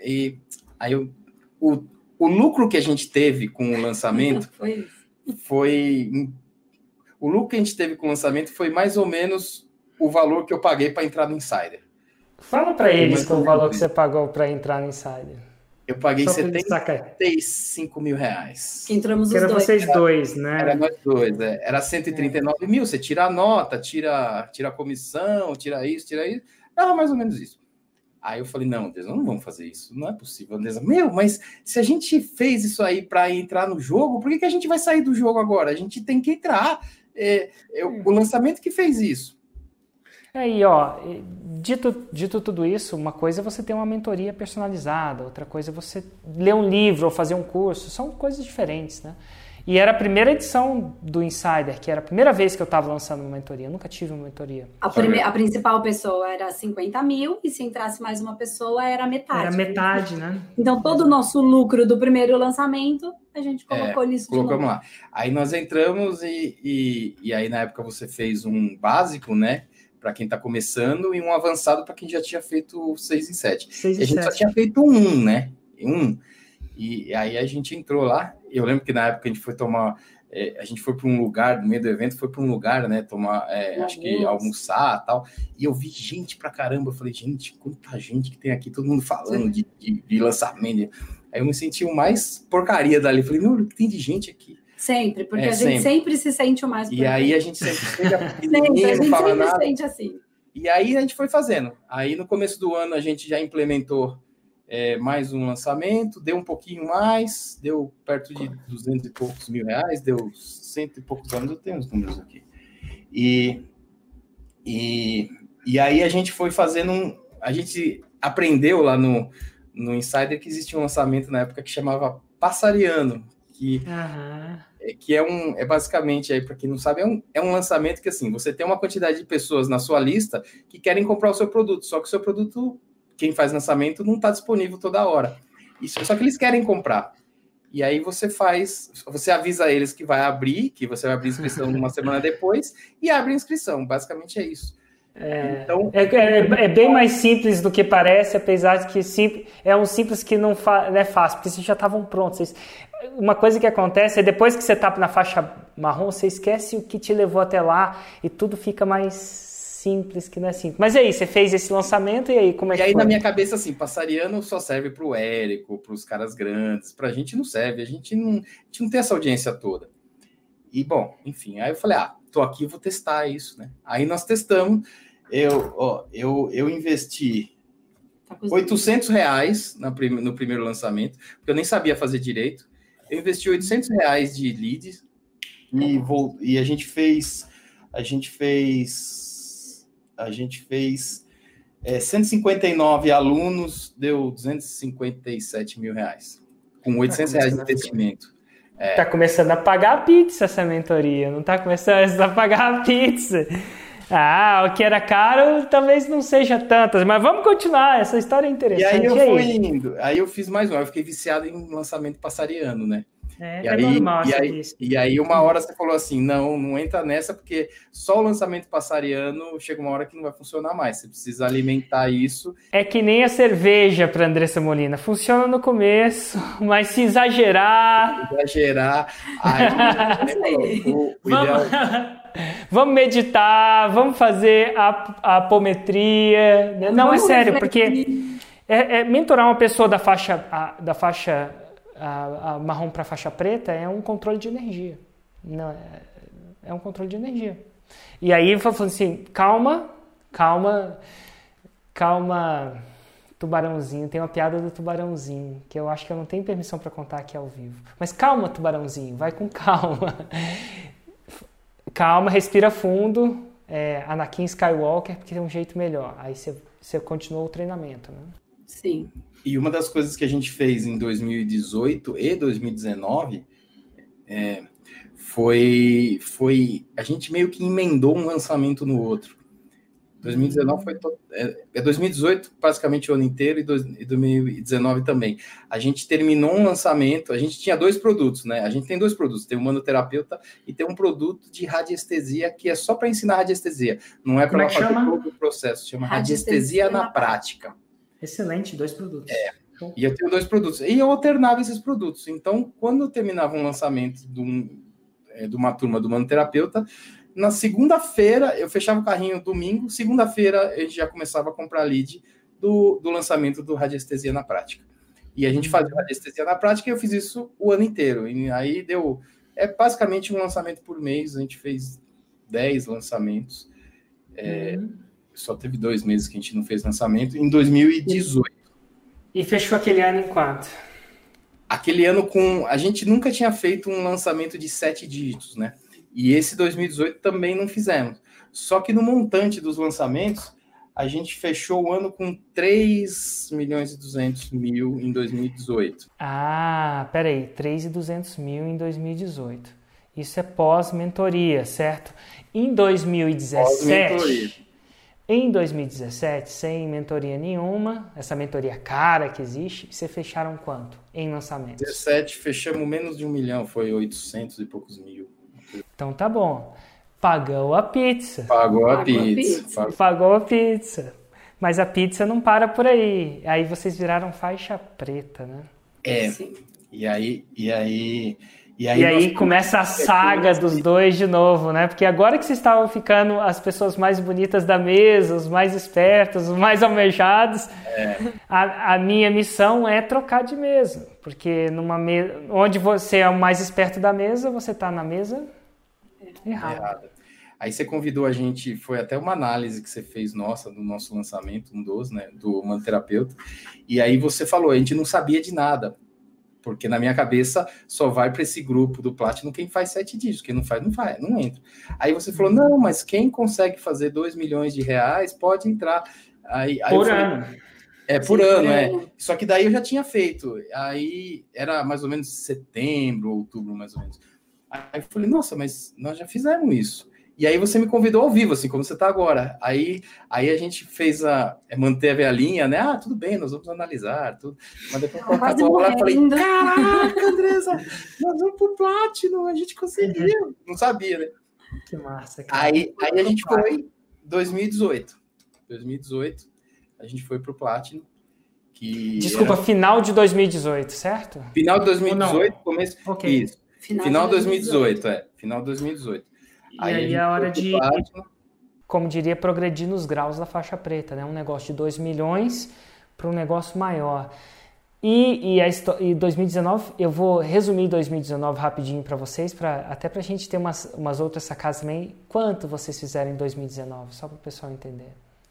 S3: e aí eu, o, o lucro que a gente teve com o lançamento
S1: foi,
S3: foi o lucro que a gente teve com o lançamento foi mais ou menos o valor que eu paguei para entrar no Insider.
S2: Fala para eles qual o valor que você pagou para entrar no Insider.
S3: Eu paguei setenta e cinco mil reais.
S1: Que entramos os
S2: era
S1: dois.
S2: vocês dois, né?
S3: Era nós dois, é. Era cento e trinta e nove é. mil, você tira a nota, tira, tira a comissão, tira isso, tira isso. Era mais ou menos isso. Aí eu falei, não, Deus, não vamos fazer isso, não é possível. Deus, meu, mas se a gente fez isso aí para entrar no jogo, por que, que a gente vai sair do jogo agora? A gente tem que entrar. É, é o lançamento que fez isso.
S2: Aí, ó, dito, dito tudo isso, uma coisa é você ter uma mentoria personalizada, outra coisa é você ler um livro ou fazer um curso, são coisas diferentes, né? E era a primeira edição do Insider, que era a primeira vez que eu estava lançando uma mentoria, eu nunca tive uma mentoria.
S1: A, prime- a principal pessoa era cinquenta mil e se entrasse mais uma pessoa era metade.
S2: Era metade, né?
S1: Então todo o nosso lucro do primeiro lançamento, a gente colocou
S3: é,
S1: nisso de
S3: colocamos
S1: novo.
S3: lá. Aí nós entramos e, e, e aí na época você fez um básico, né? Para quem está começando, e um avançado para quem já tinha feito seis e sete.
S2: seis e
S3: a gente
S2: sete.
S3: só tinha feito um, né? Um. E, e aí a gente entrou lá. Eu lembro que na época a gente foi tomar... É, a gente foi para um lugar, no meio do evento, foi para um lugar, né? Tomar, é, acho que almoçar e tal. E eu vi gente pra caramba. Eu falei, gente, quanta gente que tem aqui, todo mundo falando de, de, de lançamento. Aí eu me senti o mais porcaria dali. Eu falei, meu, o que tem de gente aqui?
S1: Sempre, porque
S3: é,
S1: a gente
S3: sempre.
S1: sempre se sente o mais
S3: E aí a gente sempre chega
S1: sempre, a gente
S3: não fala
S1: sempre
S3: nada.
S1: se sente assim.
S3: E aí a gente foi fazendo. Aí no começo do ano a gente já implementou é, mais um lançamento, deu um pouquinho mais, deu perto de duzentos e poucos mil reais, deu cento e poucos anos, eu tenho os números aqui. E, e, e aí a gente foi fazendo um... A gente aprendeu lá no, no Insider que existia um lançamento na época que chamava Passariano, que...
S2: Uhum.
S3: que é um, é basicamente, aí para quem não sabe, é um, é um lançamento que, assim, você tem uma quantidade de pessoas na sua lista que querem comprar o seu produto, só que o seu produto, quem faz lançamento, não está disponível toda hora. Isso, só que eles querem comprar. E aí você faz, você avisa eles que vai abrir, que você vai abrir inscrição uma semana depois, e abre a inscrição, basicamente é isso.
S2: É, então, é, é, é bem mais simples do que parece, apesar de que sim, é um simples que não, fa, não é fácil, porque vocês já estavam prontos. Vocês, uma coisa que acontece é depois que você está na faixa marrom, você esquece o que te levou até lá e tudo fica mais simples que não é simples. Mas aí, você fez esse lançamento e aí, como é
S3: e
S2: que
S3: aí,
S2: foi?
S3: Na minha cabeça, assim, Passariano só serve para o Érico, para os caras grandes, para a gente não serve, a gente não, a gente não tem essa audiência toda. E, bom, enfim, aí eu falei, ah, tô aqui, vou testar isso, né? Aí nós testamos, eu, ó, eu, eu investi oitocentos reais na prim- no primeiro lançamento, porque eu nem sabia fazer direito. Eu investi oitocentos reais de leads e, vou, e a gente fez, a gente fez, a gente fez é, cento e cinquenta e nove alunos, deu duzentos e cinquenta e sete mil reais, com oitocentos reais de investimento.
S2: É. Tá começando a pagar a pizza essa mentoria, não tá começando a pagar a pizza. Ah, o que era caro talvez não seja tantas, mas vamos continuar, essa história é interessante.
S3: E aí eu
S2: e aí?
S3: fui indo, aí eu fiz mais um, eu fiquei viciado em lançamento passariano, né?
S2: É,
S3: e
S2: é
S3: aí,
S2: normal
S3: e aí,
S2: disso.
S3: E aí uma hora você falou assim, não, não entra nessa, porque só o lançamento passariano chega uma hora que não vai funcionar mais, você precisa alimentar isso.
S2: É que nem a cerveja para Andressa Molina, funciona no começo, mas se exagerar...
S3: Se exagerar, aí o, o, o
S2: vamos,
S3: ideal...
S2: vamos meditar, vamos fazer a, a apometria, né? Não, vamos é sério, refletir. Porque é, é, mentorar uma pessoa da faixa... A, da faixa A, a marrom para faixa preta é um controle de energia. Não, é, é um controle de energia. E aí eu falo assim, calma, calma, calma, tubarãozinho. Tem uma piada do tubarãozinho, que eu acho que eu não tenho permissão para contar aqui ao vivo. Mas calma, tubarãozinho, vai com calma. Calma, respira fundo, é, Anakin Skywalker, porque tem um jeito melhor. Aí você, você continua o treinamento, né?
S1: Sim.
S3: E uma das coisas que a gente fez em dois mil e dezoito e dois mil e dezenove é, foi, foi... A gente meio que emendou um lançamento no outro. dois mil e dezenove foi... To, é, é dois mil e dezoito, basicamente o ano inteiro, e, dois, e dois mil e dezenove também. A gente terminou um lançamento, a gente tinha dois produtos, né? A gente tem dois produtos, tem o manoterapeuta e tem um produto de radiestesia que é só para ensinar radiestesia. Não é para fazer todo o processo, chama radiestesia, radiestesia na, na prática.
S2: Excelente, dois produtos.
S3: É, E eu tenho dois produtos. E eu alternava esses produtos. Então, quando eu terminava um lançamento de, um, é, de uma turma do Manoterapeuta, na segunda-feira, eu fechava o carrinho domingo, segunda-feira a gente já começava a comprar lead do, do lançamento do Radiestesia na Prática. E a gente fazia Radiestesia na Prática e eu fiz isso o ano inteiro. E aí deu... É basicamente um lançamento por mês. A gente fez dez lançamentos. É, uhum. Só teve dois meses que a gente não fez lançamento. Em dois mil e dezoito.
S2: E fechou aquele ano em quanto?
S3: Aquele ano com... A gente nunca tinha feito um lançamento de sete dígitos, né? E esse dois mil e dezoito também não fizemos. Só que no montante dos lançamentos, a gente fechou o ano com três milhões e duzentos mil em dois mil e dezoito.
S2: Ah, peraí. três milhões e duzentos mil em dois mil e dezoito. Isso é pós-mentoria, certo? Em dois mil e dezessete... Em dois mil e dezessete, sem mentoria nenhuma, essa mentoria cara que existe, vocês fecharam quanto em lançamentos?
S3: Em dezessete, fechamos menos de um milhão, foi oitocentos e poucos mil.
S2: Então tá bom. Pagou a pizza.
S3: Pagou a Pagou pizza. A pizza.
S2: Pagou a pizza. Mas a pizza não para por aí. Aí vocês viraram faixa preta, né?
S3: É. Sim. E aí... E aí...
S2: E aí, e aí nós... começa a saga dos dois de novo, né? Porque agora que vocês estavam ficando as pessoas mais bonitas da mesa, os mais espertos, os mais almejados, é. a, a minha missão é trocar de mesa. Porque numa me... onde você é o mais esperto da mesa, você está na mesa errada.
S3: Errada. Aí você convidou a gente, foi até uma análise que você fez nossa, do nosso lançamento, um dos, né? Do Manoterapeuta. E aí você falou, a gente não sabia de nada. Porque na minha cabeça só vai para esse grupo do Platinum quem faz sete dígitos, quem não faz, não faz, não entra. Aí você falou, não, mas quem consegue fazer dois milhões de reais pode entrar. Aí, aí
S2: por
S3: falei,
S2: ano.
S3: É, por Sim, ano, é. é. Só que daí eu já tinha feito. Aí era mais ou menos setembro, outubro, mais ou menos. Aí eu falei, nossa, mas nós já fizemos isso. E aí você me convidou ao vivo, assim, como você está agora. Aí, aí a gente fez a... manteve a linha, né? Ah, tudo bem, nós vamos analisar, tudo. Mas depois eu acabou lá e falei, caraca, Andressa, nós vamos pro Platinum, a gente conseguiu. Não sabia, né?
S2: Que massa.
S3: Cara. Aí, aí a gente foi dois mil e dezoito. dois mil e dezoito, a gente foi pro Platinum. Que
S2: Desculpa, era... final de dois mil e dezoito, certo?
S3: Final de dois mil e dezoito, começo...
S2: Okay.
S3: Isso. Final, Final de dois mil e dezoito, é. Final de dois mil e dezoito.
S2: E aí, aí é a hora de, Platinum. Como diria, progredir nos graus da faixa preta, né? Um negócio de dois milhões para um negócio maior. E, e, a, e dois mil e dezenove, eu vou resumir dois mil e dezenove rapidinho para vocês, pra, até para a gente ter umas, umas outras sacadas também. Quanto vocês fizeram em dois mil e dezenove? Só para o pessoal entender.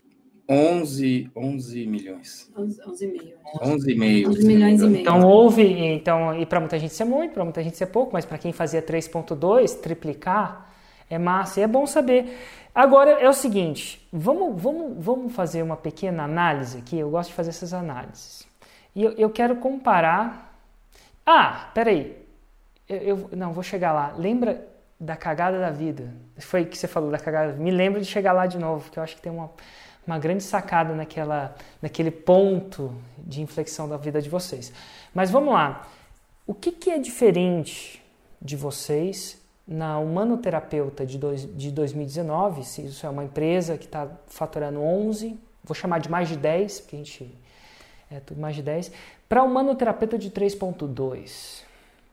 S3: onze, onze milhões.
S1: onze e meio.
S3: onze e meio.
S1: onze milhões e meio.
S2: Então houve, então, e para muita gente isso é muito, para muita gente isso é pouco, mas para quem fazia três ponto dois, triplicar, é massa e é bom saber. Agora é o seguinte, vamos, vamos, vamos fazer uma pequena análise aqui, eu gosto de fazer essas análises. E eu, eu quero comparar... Ah, peraí, eu, eu não, vou chegar lá. Lembra da cagada da vida? Foi que você falou da cagada da vida. Me lembra de chegar lá de novo, porque eu acho que tem uma... uma grande sacada naquela, naquele ponto de inflexão da vida de vocês. Mas vamos lá. O que, que é diferente de vocês na Humanoterapeuta de, dois, de dois mil e dezenove? Se isso é uma empresa que está faturando onze, vou chamar de mais de dez, porque a gente é tudo mais de dez, para a Humanoterapeuta de três ponto dois.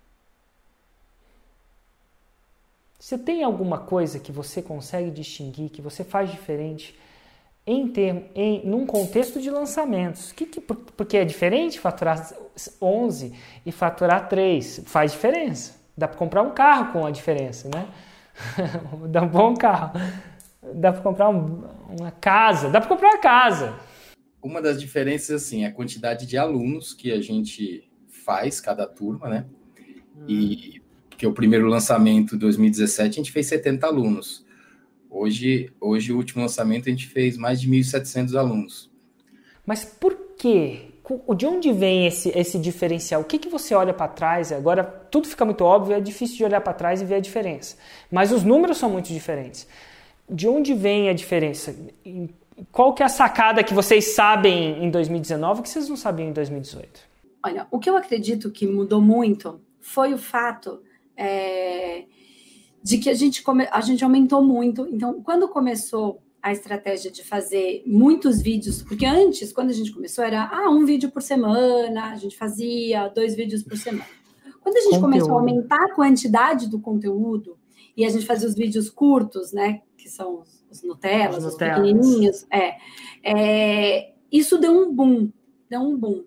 S2: Você tem alguma coisa que você consegue distinguir, que você faz diferente em termo, em, num contexto de lançamentos? Que, que, porque é diferente faturar onze e faturar três. Faz diferença. Dá para comprar um carro com a diferença, né? Dá um bom carro. Dá para comprar um, uma casa. Dá para comprar uma casa.
S3: Uma das diferenças, assim, é a quantidade de alunos que a gente faz, cada turma, né? Hum. E porque o primeiro lançamento, dois mil e dezessete, a gente fez setenta alunos. Hoje, hoje, o último lançamento, a gente fez mais de mil e setecentos alunos.
S2: Mas por quê? De onde vem esse, esse diferencial? O que, que você olha para trás? Agora, tudo fica muito óbvio, é difícil de olhar para trás e ver a diferença. Mas os números são muito diferentes. De onde vem a diferença? Qual que é a sacada que vocês sabem em dois mil e dezenove que vocês não sabiam em dois mil e dezoito?
S1: Olha, o que eu acredito que mudou muito foi o fato... É... de que a gente, come... a gente aumentou muito. Então, quando começou a estratégia de fazer muitos vídeos, porque antes, quando a gente começou, era ah, um vídeo por semana, a gente fazia dois vídeos por semana. Quando a gente conteúdo. começou a aumentar a quantidade do conteúdo, e a gente fazia os vídeos curtos, né, que são os, os Nutellas, os, os pequenininhos, é, é, isso deu um boom, deu um boom.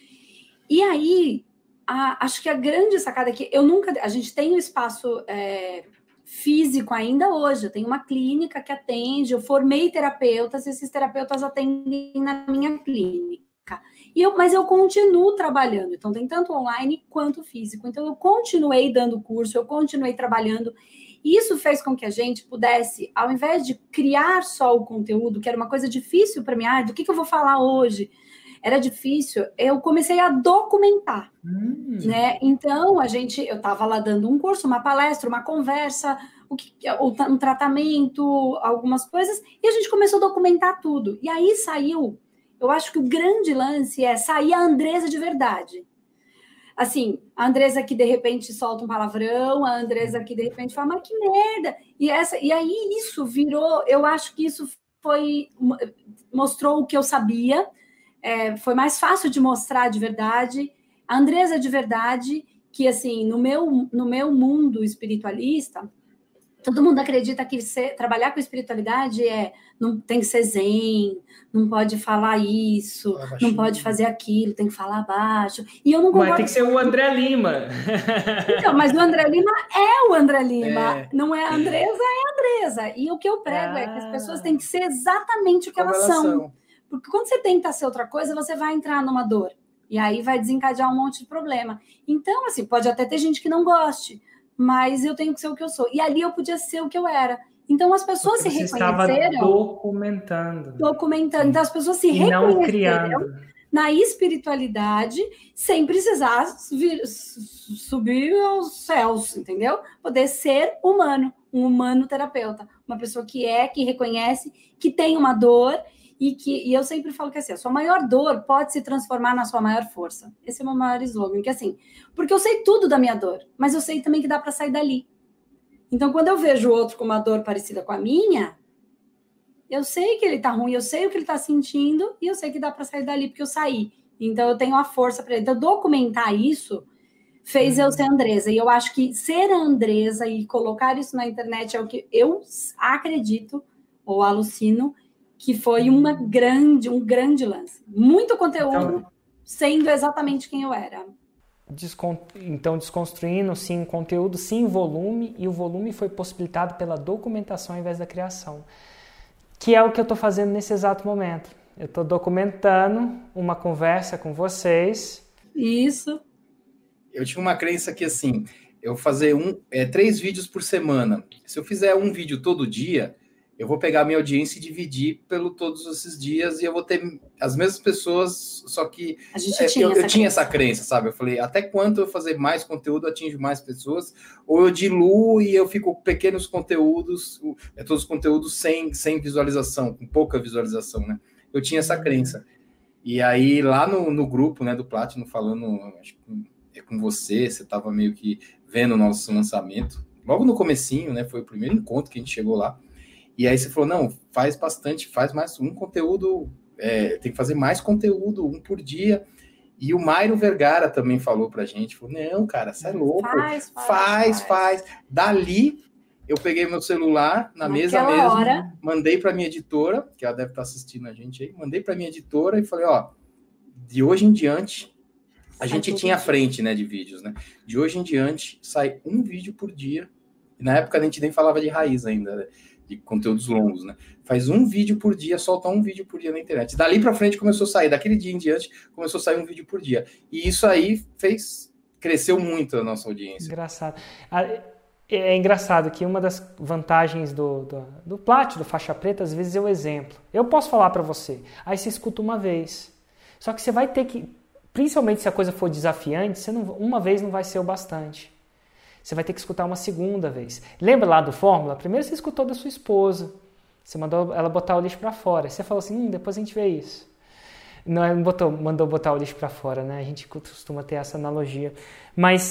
S1: E aí, a, acho que a grande sacada é que eu nunca, a gente tem um espaço é, físico ainda hoje, eu tenho uma clínica que atende, eu formei terapeutas, e esses terapeutas atendem na minha clínica. E eu, mas eu continuo trabalhando, então tem tanto online quanto físico. Então eu continuei dando curso, eu continuei trabalhando. E isso fez com que a gente pudesse, ao invés de criar só o conteúdo, que era uma coisa difícil para mim, ah, do que, que eu vou falar hoje? Era difícil, eu comecei a documentar, hum. né? Então a gente, eu estava lá dando um curso, uma palestra, uma conversa, o que, um tratamento, algumas coisas, e a gente começou a documentar tudo. E aí saiu. Eu acho que o grande lance é sair a Andresa de verdade. Assim, a Andresa que de repente solta um palavrão, a Andresa que de repente fala, mas que merda! E, essa, e aí isso virou, eu acho que isso foi, mostrou o que eu sabia, é, foi mais fácil de mostrar de verdade. A Andresa de verdade, que assim, no meu, no meu mundo espiritualista, todo mundo acredita que ser, trabalhar com espiritualidade é, não tem que ser zen, não pode falar isso, não pode fazer aquilo, tem que falar baixo. E eu não concordo.
S2: Mas tem que ser o André Lima.
S1: Então, mas o André Lima é o André Lima, é. Não é a Andresa, é a Andresa. E o que eu prego ah. é que as pessoas têm que ser exatamente o que elas são. Porque quando você tenta ser outra coisa, você vai entrar numa dor. E aí vai desencadear um monte de problema. Então, assim, pode até ter gente que não goste, mas eu tenho que ser o que eu sou. E ali eu podia ser o que eu era. Então, as pessoas
S2: Porque
S1: se
S2: você
S1: reconheceram...
S2: estava documentando.
S1: Documentando. Então, as pessoas se
S2: e
S1: reconheceram
S2: não criando.
S1: Na espiritualidade, sem precisar vir, subir aos céus, entendeu? Poder ser humano, um humano terapeuta. Uma pessoa que é, que reconhece, que tem uma dor... E, que, e eu sempre falo que assim, a sua maior dor pode se transformar na sua maior força. Esse é o meu maior slogan, que assim, porque eu sei tudo da minha dor, mas eu sei também que dá para sair dali. Então, quando eu vejo o outro com uma dor parecida com a minha, eu sei que ele tá ruim, eu sei o que ele tá sentindo, e eu sei que dá para sair dali, porque eu saí. Então, eu tenho a força para ele. Então, documentar isso fez uhum. eu ser Andresa. E eu acho que ser a Andresa e colocar isso na internet é o que eu acredito, ou alucino, que foi uma grande, um grande lance. Muito conteúdo, então, sendo exatamente quem eu era.
S2: Descon... Então, desconstruindo, sim, conteúdo, sim, volume, e o volume foi possibilitado pela documentação ao invés da criação. Que é o que eu estou fazendo nesse exato momento. Eu estou documentando uma conversa com vocês.
S1: Isso.
S3: Eu tinha uma crença que, assim, eu fazer um, é, três vídeos por semana. Se eu fizer um vídeo todo dia... eu vou pegar a minha audiência e dividir pelo todos esses dias e eu vou ter as mesmas pessoas, só que
S1: a gente
S3: é,
S1: tinha
S3: eu,
S1: essa
S3: eu tinha essa crença, sabe? Eu falei, até quanto eu fazer mais conteúdo, eu atinjo mais pessoas, ou eu diluo e eu fico com pequenos conteúdos, é, todos os conteúdos sem, sem visualização, com pouca visualização, né? Eu tinha essa crença. E aí, lá no, no grupo, né, do Platinum, falando, acho que é com você, você estava meio que vendo o nosso lançamento, logo no comecinho, né? Foi o primeiro encontro que a gente chegou lá. E aí você falou, não, faz bastante, faz mais um conteúdo, é, tem que fazer mais conteúdo, um por dia. E o Mairo Vergara também falou pra gente, falou, não, cara, você é louco, faz, faz, faz. faz. Dali, eu peguei meu celular, na Naquela mesa mesmo, hora... mandei pra minha editora, que ela deve estar assistindo a gente aí, mandei pra minha editora e falei, ó, de hoje em diante, a gente sai tinha a frente, né, de vídeos, né? De hoje em diante, sai um vídeo por dia. E na época a gente nem falava de raiz ainda, né? De conteúdos longos, né? Faz um vídeo por dia, solta um vídeo por dia na internet. Dali para frente começou a sair, daquele dia em diante, começou a sair um vídeo por dia. E isso aí fez, cresceu muito a nossa audiência.
S2: Engraçado. É engraçado que uma das vantagens do, do, do Plat, do Faixa Preta, às vezes é o exemplo. Eu posso falar para você, aí você escuta uma vez. Só que você vai ter que, principalmente se a coisa for desafiante, você não, uma vez não vai ser o bastante. Você vai ter que escutar uma segunda vez. Lembra lá do Fórmula? Primeiro você escutou da sua esposa. Você mandou ela botar o lixo para fora. Você falou assim, hum, depois a gente vê isso. Não botou, mandou botar o lixo para fora, né? A gente costuma ter essa analogia. Mas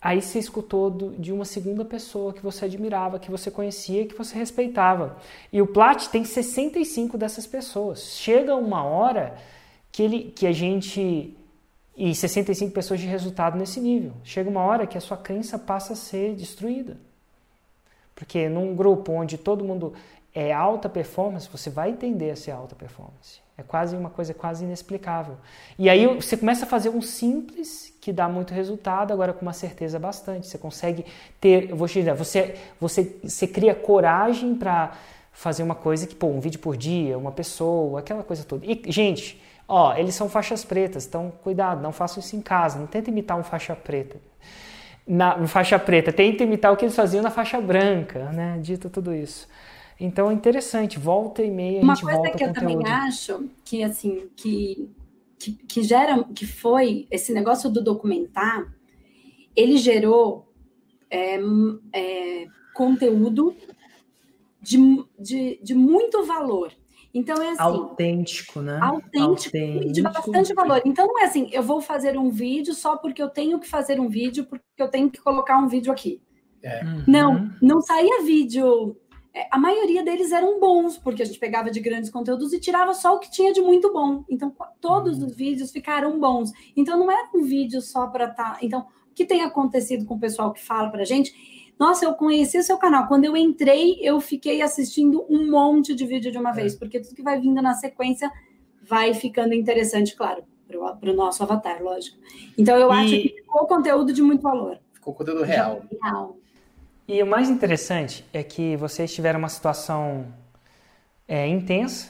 S2: aí você escutou do, de uma segunda pessoa que você admirava, que você conhecia, que você respeitava. E o Plat tem sessenta e cinco dessas pessoas. Chega uma hora que, ele, que a gente... E sessenta e cinco pessoas de resultado nesse nível. Chega uma hora que a sua crença passa a ser destruída. Porque num grupo onde todo mundo é alta performance, você vai entender a ser alta performance. É quase uma coisa quase inexplicável. E aí você começa a fazer um simples que dá muito resultado, agora com uma certeza bastante. Você consegue ter, eu vou te dizer, você, você, você cria coragem para fazer uma coisa que, pô, um vídeo por dia, uma pessoa, aquela coisa toda. E, gente, ó, eles são faixas pretas, então cuidado, não façam isso em casa, não tenta imitar um faixa preta. Na, na faixa preta, tenta imitar o que eles faziam na faixa branca, né? Dito tudo isso. Então é interessante, volta e meia a
S1: Uma
S2: gente
S1: coisa
S2: volta
S1: que eu
S2: conteúdo.
S1: também acho que, assim, que, que, que gera, que foi esse negócio do documentar, ele gerou é, é, conteúdo de, de, de muito valor. Então é assim...
S2: Autêntico, né?
S1: Autêntico,
S2: Autêntico
S1: e de bastante valor. Então não é assim, eu vou fazer um vídeo só porque eu tenho que fazer um vídeo, porque eu tenho que colocar um vídeo aqui.
S3: É.
S2: Uhum.
S1: Não, não saía vídeo... A maioria deles eram bons, porque a gente pegava de grandes conteúdos e tirava só o que tinha de muito bom. Então, todos os vídeos ficaram bons. Então, não era um vídeo só para estar... Tá... Então, o que tem acontecido com o pessoal que fala para a gente? Nossa, eu conheci o seu canal. Quando eu entrei, eu fiquei assistindo um monte de vídeo de uma vez, porque tudo que vai vindo na sequência vai ficando interessante, claro, para o nosso avatar, lógico. Então, eu e... acho que ficou conteúdo de muito valor.
S3: Ficou conteúdo real.
S1: Real.
S2: E o mais interessante é que vocês tiveram uma situação é, intensa,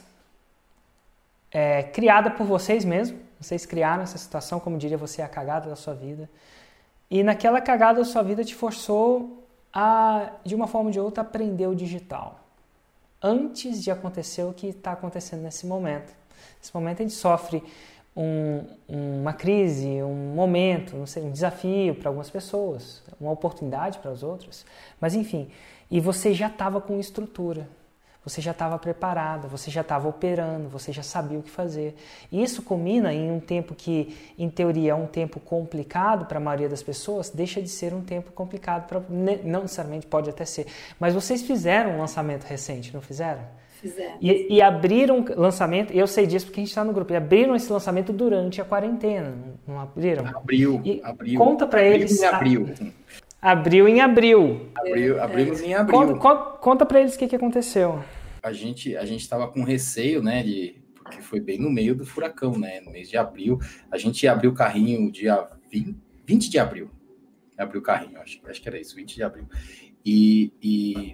S2: é, criada por vocês mesmos. Vocês criaram essa situação, como diria você, a cagada da sua vida. E naquela cagada da sua vida te forçou a, de uma forma ou de outra, aprender o digital. Antes de acontecer o que está acontecendo nesse momento. Nesse momento a gente sofre um, uma crise, um momento, não sei, um desafio para algumas pessoas, uma oportunidade para as outras, mas enfim, e você já estava com estrutura, você já estava preparada, você já estava operando, você já sabia o que fazer. E isso culmina em um tempo que, em teoria, é um tempo complicado para a maioria das pessoas, deixa de ser um tempo complicado, pra, não necessariamente pode até ser, mas vocês fizeram um lançamento recente, não fizeram? E, e abriram lançamento, e eu sei disso porque a gente está no grupo, e abriram esse lançamento durante a quarentena, não, não abriram?
S3: Abriu,
S2: e
S3: abriu.
S2: Conta para eles.
S3: Em abril.
S2: A, abriu em abril.
S3: Abriu, abrimos em abril.
S2: Conta, conta, conta para eles o que, que aconteceu.
S3: A gente a gente estava com receio, né, de, porque foi bem no meio do furacão, né, no mês de abril. A gente abriu o carrinho dia vinte, vinte de abril. Abriu o carrinho, acho, acho que era isso, vinte de abril. E... e...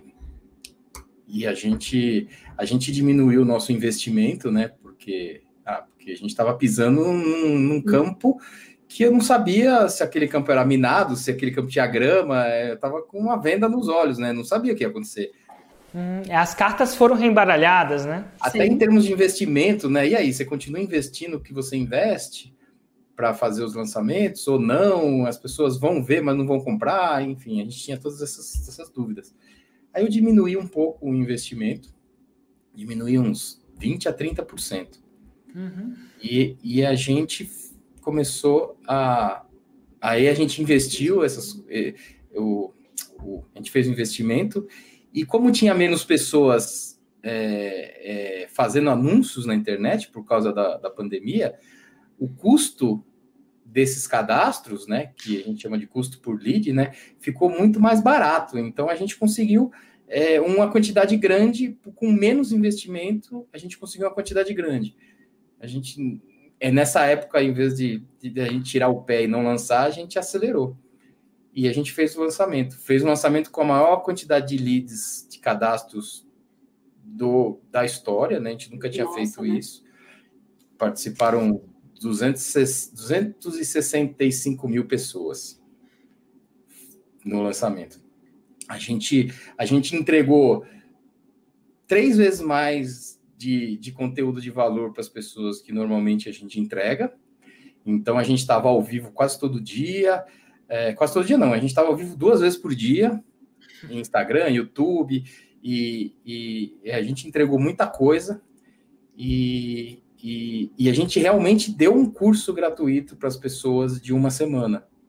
S3: E a gente, a gente diminuiu o nosso investimento, né? Porque, ah, porque a gente estava pisando num, num campo que eu não sabia se aquele campo era minado, se aquele campo tinha grama. Eu estava com uma venda nos olhos, né? Não sabia o que ia acontecer.
S2: Hum, as cartas foram reembaralhadas, né?
S3: Até Sim. Em termos de investimento, né? E aí, você continua investindo o que você investe para fazer os lançamentos ou não? As pessoas vão ver, mas não vão comprar. Enfim, a gente tinha todas essas, essas dúvidas. Aí eu diminuí um pouco o investimento, diminuí uns vinte a trinta por cento. Uhum. E, e a gente começou a... Aí a gente investiu, essas, eu, eu, a gente fez o investimento, e como tinha menos pessoas é, é, fazendo anúncios na internet por causa da, da pandemia, o custo desses cadastros, né, que a gente chama de custo por lead, né, ficou muito mais barato. Então, a gente conseguiu é, uma quantidade grande, com menos investimento, a gente conseguiu uma quantidade grande. A gente, é, nessa época, em vez de, de, de a gente tirar o pé e não lançar, a gente acelerou. E a gente fez o lançamento. Fez um lançamento com a maior quantidade de leads, de cadastros do, da história, né, a gente nunca tinha Nossa, feito né? isso. Participaram duzentos e sessenta e cinco mil pessoas no lançamento. A gente, a gente entregou três vezes mais de, de conteúdo de valor para as pessoas que normalmente a gente entrega. Então, a gente estava ao vivo quase todo dia. É, quase todo dia não, a gente estava ao vivo duas vezes por dia, em Instagram, YouTube, e, e, e a gente entregou muita coisa. E... E, e a gente realmente deu um curso gratuito para as pessoas de uma semana.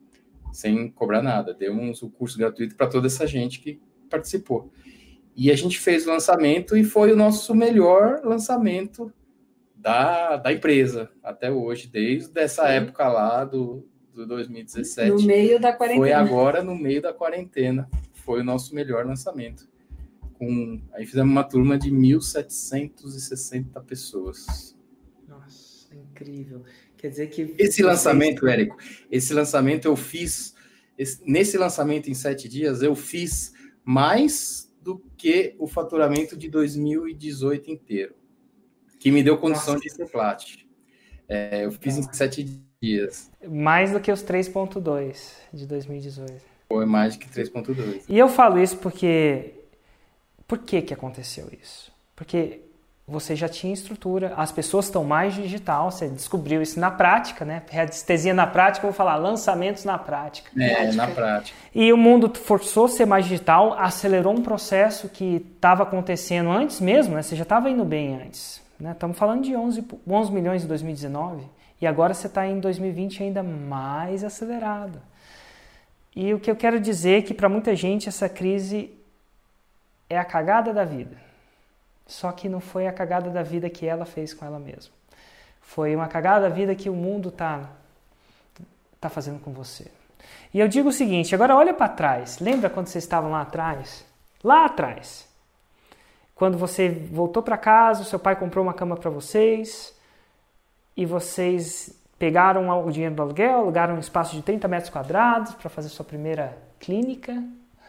S3: sem cobrar nada. Demos o curso gratuito para toda essa gente que participou. E a gente fez o lançamento e foi o nosso melhor lançamento da, da empresa até hoje, desde essa Sim. época lá do, do dois mil e dezessete.
S1: No meio da quarentena.
S3: Foi agora, no meio da quarentena. Foi o nosso melhor lançamento. Com, aí fizemos uma turma de mil setecentas e sessenta pessoas.
S2: Nossa, incrível. Quer dizer que...
S3: Esse lançamento, vocês... Érico, esse lançamento eu fiz... Esse, nesse lançamento em sete dias, eu fiz mais do que o faturamento de dois mil e dezoito inteiro, que me deu condição Nossa. de ser plat. É, eu fiz em sete dias.
S2: Mais do que os três ponto dois de dois mil e dezoito.
S3: Foi mais do que três ponto dois.
S2: E eu falo isso porque... Por que que aconteceu isso? Porque você já tinha estrutura, as pessoas estão mais digital, você descobriu isso na prática, né? Radiestesia na prática, eu vou falar, lançamentos na prática.
S3: É,
S2: prática.
S3: na prática.
S2: E o mundo forçou a ser mais digital, acelerou um processo que estava acontecendo antes mesmo, né? Você já estava indo bem antes. Né? Estamos falando de onze, onze milhões em dois mil e dezenove, e agora você está em dois mil e vinte ainda mais acelerado. E o que eu quero dizer é que para muita gente essa crise é a cagada da vida. Só que não foi a cagada da vida que ela fez com ela mesma. Foi uma cagada da vida que o mundo está tá fazendo com você. E eu digo o seguinte, agora olha para trás. Lembra quando vocês estavam lá atrás? Lá atrás. Quando você voltou para casa, o seu pai comprou uma cama para vocês e vocês pegaram o dinheiro do aluguel, alugaram um espaço de trinta metros quadrados para fazer sua primeira clínica.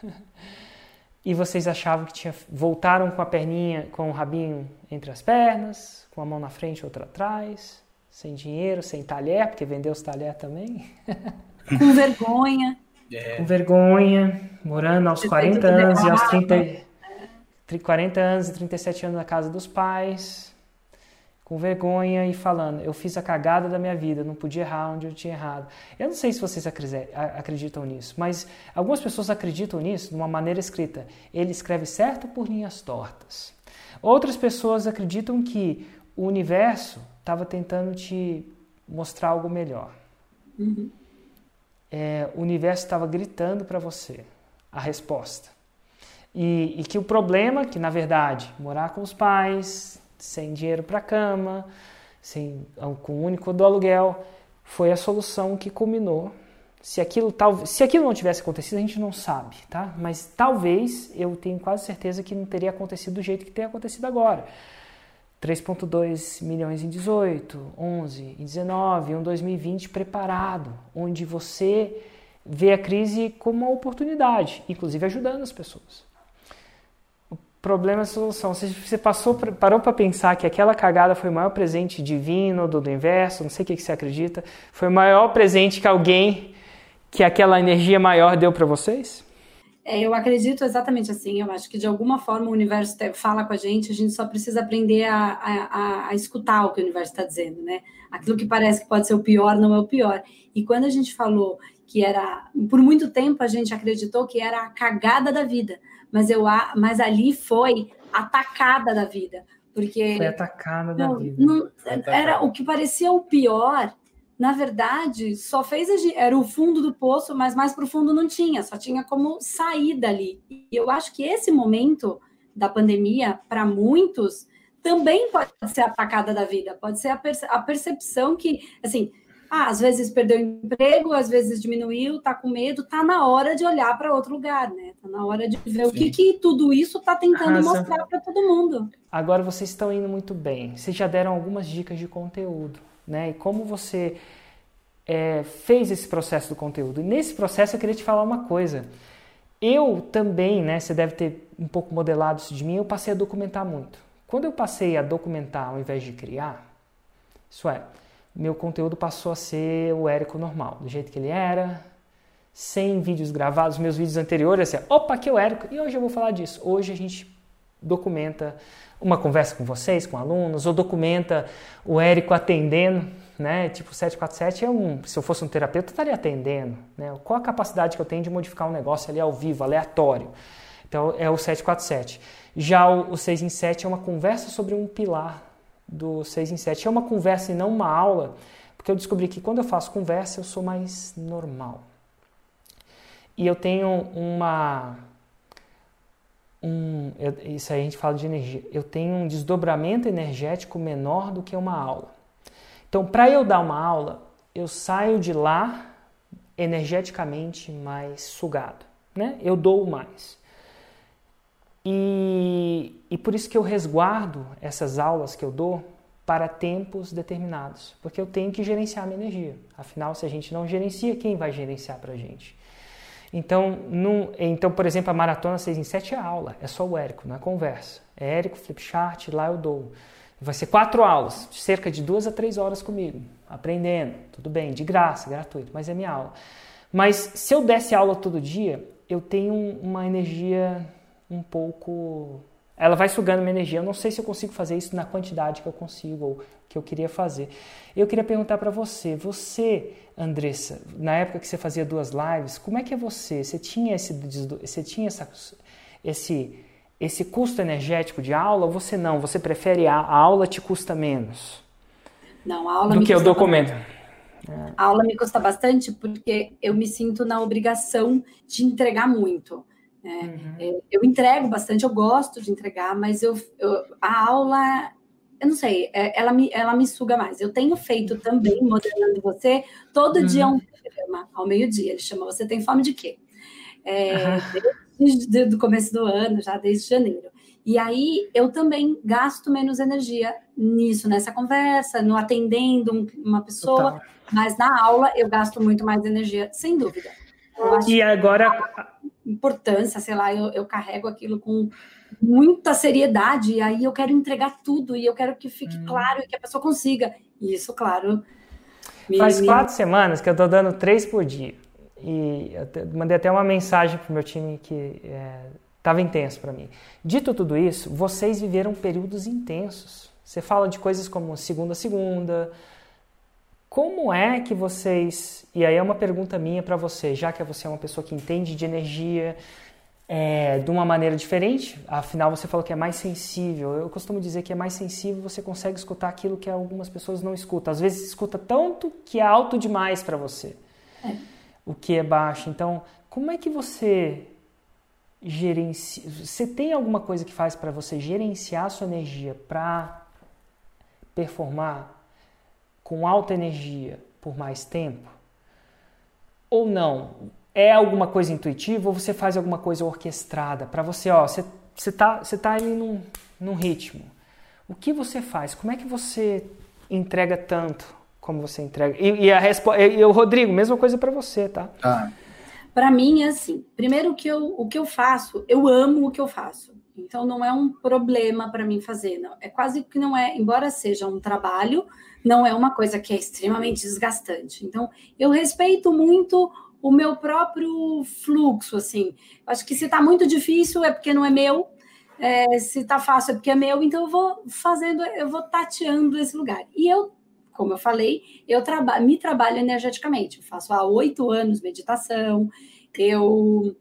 S2: E vocês achavam que tinha... Voltaram com a perninha, com o rabinho entre as pernas, com a mão na frente e outra atrás, sem dinheiro, sem talher, porque vendeu os talher também.
S1: Com vergonha.
S2: É. Com vergonha, morando aos quarenta anos e aos trinta, quarenta anos e trinta e sete anos na casa dos pais, com vergonha e falando, eu fiz a cagada da minha vida, não podia errar onde eu tinha errado. Eu não sei se vocês acreditam nisso, mas algumas pessoas acreditam nisso de uma maneira escrita. Ele escreve certo por linhas tortas. Outras pessoas acreditam que o universo estava tentando te mostrar algo melhor.
S1: Uhum.
S2: É, o universo estava gritando para você a resposta. E, e que o problema, que na verdade, morar com os pais... sem dinheiro para a cama, sem, com o único do aluguel, foi a solução que culminou. Se aquilo, tal, se aquilo não tivesse acontecido, a gente não sabe, tá? Mas talvez, eu tenho quase certeza que não teria acontecido do jeito que tem acontecido agora. três ponto dois milhões em dezoito, onze em dezenove, um dois mil e vinte preparado, onde você vê a crise como uma oportunidade, inclusive ajudando as pessoas. Problema e solução. Você passou, parou para pensar que aquela cagada foi o maior presente divino do, do universo, não sei o que, que você acredita, foi o maior presente que alguém, que aquela energia maior deu para vocês?
S1: É, eu acredito exatamente assim. Eu acho que de alguma forma o universo fala com a gente, a gente só precisa aprender a, a, a escutar o que o universo está dizendo, né? Aquilo que parece que pode ser o pior não é o pior. E quando a gente falou que era, por muito tempo a gente acreditou que era a cagada da vida, mas, eu, mas ali foi a tacada da vida. Porque
S2: foi a tacada da
S1: não,
S2: vida.
S1: Não, era o que parecia o pior, na verdade, só fez a gente, era o fundo do poço, mas mais para o fundo não tinha, só tinha como sair dali. E eu acho que esse momento da pandemia, para muitos, também pode ser a tacada da vida, pode ser a, perce, a percepção que, assim... Ah, às vezes perdeu o emprego, às vezes diminuiu, tá com medo, tá na hora de olhar para outro lugar, né? Tá na hora de ver Sim. o que, que tudo isso tá tentando Arrasa. mostrar para todo mundo.
S2: Agora vocês estão indo muito bem. Vocês já deram algumas dicas de conteúdo, né? E como você é, fez esse processo do conteúdo. E nesse processo eu queria te falar uma coisa. Eu também, né? Você deve ter um pouco modelado isso de mim, eu passei a documentar muito. Quando eu passei a documentar ao invés de criar, isso é... meu conteúdo passou a ser o Érico normal, do jeito que ele era, sem vídeos gravados, meus vídeos anteriores, assim, opa, aqui é o Érico, e hoje eu vou falar disso. Hoje a gente documenta uma conversa com vocês, com alunos, ou documenta o Érico atendendo, né? Tipo, sete quatro sete é um, se eu fosse um terapeuta, eu estaria atendendo, né? Qual a capacidade que eu tenho de modificar um negócio ali ao vivo, aleatório? Então, é o sete quatro sete. Já o, o seis em sete é uma conversa sobre um pilar do seis em sete. É uma conversa e não uma aula, porque eu descobri que quando eu faço conversa eu sou mais normal. e eu tenho uma... Um, eu, isso aí a gente fala de energia. Eu tenho um desdobramento energético menor do que uma aula. Então, para eu dar uma aula, eu saio de lá energeticamente mais sugado, né? Eu dou mais. E, e por isso que eu resguardo essas aulas que eu dou para tempos determinados, porque eu tenho que gerenciar a minha energia. Afinal, se a gente não gerencia, quem vai gerenciar para a gente? Então, num, então, por exemplo, a maratona seis em sete é aula, é só o Érico, na conversa. É Érico, Flipchart, lá eu dou. Vai ser quatro aulas, cerca de duas a três horas comigo, aprendendo, tudo bem, de graça, gratuito, mas é minha aula. Mas se eu desse aula todo dia, eu tenho uma energia um pouco... Ela vai sugando minha energia. Eu não sei se eu consigo fazer isso na quantidade que eu consigo ou que eu queria fazer. Eu queria perguntar para você, você, Andressa, na época que você fazia duas lives, como é que é você? Você tinha esse, você tinha essa, esse, esse custo energético de aula ou você não? Você prefere a, a aula te custa menos?
S1: Não, a aula
S2: do
S1: me
S2: que o
S1: custa
S2: documento.
S1: Bastante. A aula me custa bastante porque eu me sinto na obrigação de entregar muito. É, uhum. Eu entrego bastante, eu gosto de entregar, mas eu, eu, a aula, eu não sei, ela me, ela me suga mais. Eu tenho feito também, modelando você, todo uhum. dia um programa, ao meio-dia. Ele chama Você Tem Fome de Quê? É, uhum. Desde o começo do ano, já desde janeiro. E aí eu também gasto menos energia nisso, nessa conversa, no atendendo uma pessoa, Total. Mas na aula eu gasto muito mais energia, sem dúvida. Eu acho
S2: e agora...
S1: importância, sei lá, eu, eu carrego aquilo com muita seriedade, e aí eu quero entregar tudo, e eu quero que fique hum. claro, e que a pessoa consiga. E isso, claro...
S2: Me, Faz me... quatro semanas que eu tô dando três por dia. E eu te, mandei até uma mensagem pro meu time que estava é, intenso para mim. Dito tudo isso, vocês viveram períodos intensos. Você fala de coisas como segunda a segunda... Como é que vocês... E aí é uma pergunta minha para você, já que você é uma pessoa que entende de energia é, de uma maneira diferente, afinal você falou que é mais sensível. Eu costumo dizer que é mais sensível, você consegue escutar aquilo que algumas pessoas não escutam. Às vezes escuta tanto que é alto demais para você, é. o que é baixo. Então, como é que você gerencia... Você tem alguma coisa que faz para você gerenciar a sua energia para performar com alta energia por mais tempo? Ou não? É alguma coisa intuitiva ou você faz alguma coisa orquestrada? Para você, ó, você, você tá, você tá ali num, num ritmo. O que você faz? Como é que você entrega tanto como você entrega? E, e, a respo- e o Rodrigo, mesma coisa para você, tá?
S3: Ah.
S1: Para mim é assim, primeiro que eu, o que eu faço, eu amo o que eu faço. Então não é um problema para mim fazer, não. É quase que não é, embora seja um trabalho, não é uma coisa que é extremamente desgastante. Então, eu respeito muito o meu próprio fluxo, assim. Acho que se está muito difícil é porque não é meu, é, se está fácil é porque é meu, então eu vou fazendo, eu vou tateando esse lugar. E eu, como eu falei, eu traba- me trabalho energeticamente. Eu faço há oito anos meditação, eu...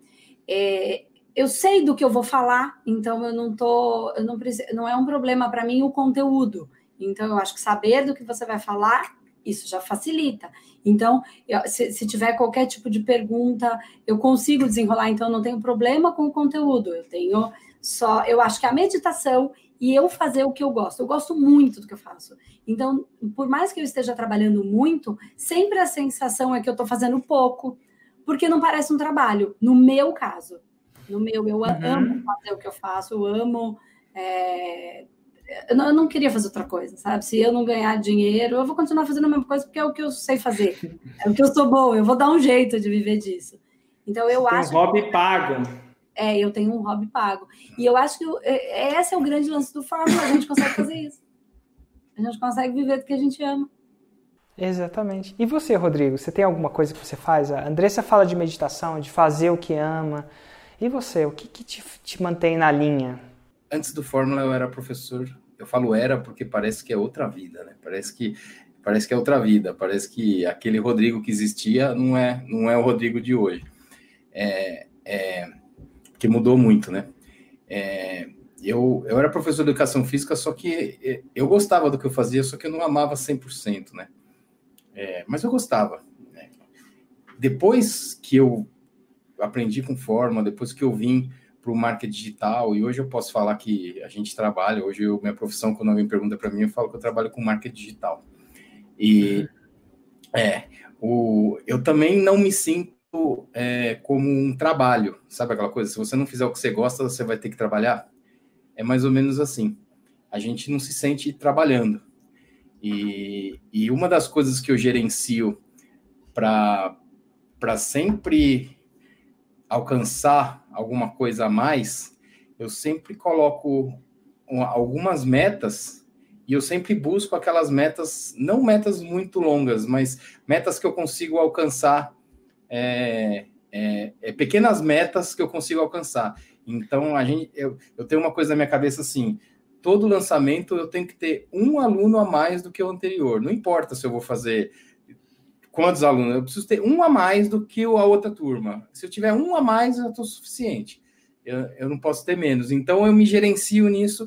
S1: É, eu sei do que eu vou falar, então eu não tô, eu não preciso, não é um problema para mim o conteúdo. Então, eu acho que saber do que você vai falar, isso já facilita. Então, eu, se, se tiver qualquer tipo de pergunta, eu consigo desenrolar, então eu não tenho problema com o conteúdo. Eu tenho só, eu acho que a meditação e eu fazer o que eu gosto. Eu gosto muito do que eu faço. Então, por mais que eu esteja trabalhando muito, sempre a sensação é que eu estou fazendo pouco, porque não parece um trabalho, no meu caso. No meu, eu uhum. amo fazer o que eu faço, eu amo... É... Eu não, eu não queria fazer outra coisa, sabe? Se eu não ganhar dinheiro, eu vou continuar fazendo a mesma coisa porque é o que eu sei fazer. É o que eu sou boa, eu vou dar um jeito de viver disso. Então, eu
S2: Você
S1: acho...
S2: tem um hobby que... pago.
S1: É, eu tenho um hobby pago. E eu acho que eu, esse é o grande lance do Fórmula, a gente consegue fazer isso. A gente consegue viver do que a gente ama.
S2: Exatamente. E você, Rodrigo? Você tem alguma coisa que você faz? A Andressa fala de meditação, de fazer o que ama. E você, o que, que te, te mantém na linha?
S3: Antes do Fórmula eu era professor, eu falo era porque parece que é outra vida, né? Parece que, parece que é outra vida, parece que aquele Rodrigo que existia não é, não é o Rodrigo de hoje. É, é, que mudou muito, né? É, eu, eu era professor de educação física, só que eu gostava do que eu fazia, só que eu não amava cem por cento, né? É, mas eu gostava. Né? Depois que eu aprendi com Forma, depois que eu vim para o marketing digital, e hoje eu posso falar que a gente trabalha, hoje eu, minha profissão, quando alguém pergunta para mim, eu falo que eu trabalho com marketing digital. E é, o, eu também não me sinto é, como um trabalho, sabe aquela coisa? Se você não fizer o que você gosta, você vai ter que trabalhar. É mais ou menos assim. A gente não se sente trabalhando. E, e uma das coisas que eu gerencio para para sempre alcançar alguma coisa a mais, eu sempre coloco algumas metas e eu sempre busco aquelas metas, não metas muito longas, mas metas que eu consigo alcançar, é, é, é pequenas metas que eu consigo alcançar. Então, a gente, eu, eu tenho uma coisa na minha cabeça assim, todo lançamento eu tenho que ter um aluno a mais do que o anterior. Não importa se eu vou fazer quantos alunos, eu preciso ter um a mais do que a outra turma. Se eu tiver um a mais, eu estou suficiente. Eu, eu não posso ter menos. Então, eu me gerencio nisso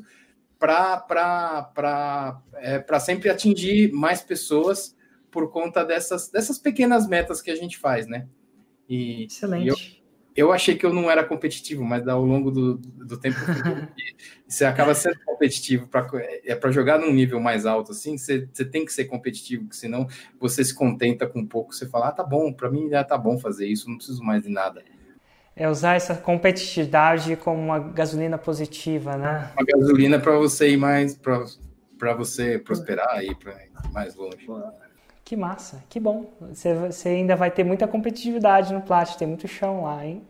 S3: para é, sempre atingir mais pessoas por conta dessas, dessas pequenas metas que a gente faz, né? E,
S2: Excelente.
S3: E eu, eu achei que eu não era competitivo, mas ao longo do, do tempo você acaba sendo competitivo. Pra, é para jogar num nível mais alto, assim, você, você tem que ser competitivo, porque senão você se contenta com pouco, você fala, ah, tá bom, para mim já tá bom fazer isso, não preciso mais de nada.
S2: É usar essa competitividade como uma gasolina positiva, né?
S3: Uma gasolina para você ir mais, para você prosperar e ir para mais longe.
S2: Que massa, que bom. Você, você ainda vai ter muita competitividade no Plat, tem muito chão lá, hein?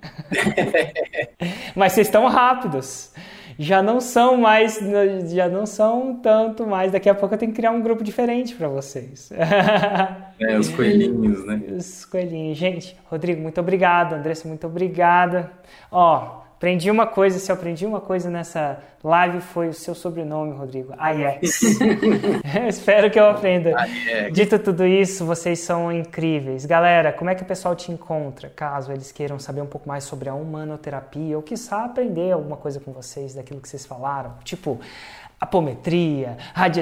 S2: Mas vocês estão rápidos. Já não são mais, já não são tanto mais. Daqui a pouco eu tenho que criar um grupo diferente para vocês.
S3: É, os coelhinhos, né?
S2: Os coelhinhos. Gente, Rodrigo, muito obrigado. Andressa, muito obrigada. Ó, aprendi uma coisa, se eu aprendi uma coisa nessa live foi o seu sobrenome, Rodrigo. Aiex. Espero que eu aprenda. Aiex. Dito tudo isso, vocês são incríveis. Galera, como é que o pessoal te encontra, caso eles queiram saber um pouco mais sobre a humanoterapia ou, quiçá, aprender alguma coisa com vocês daquilo que vocês falaram? Tipo, apometria,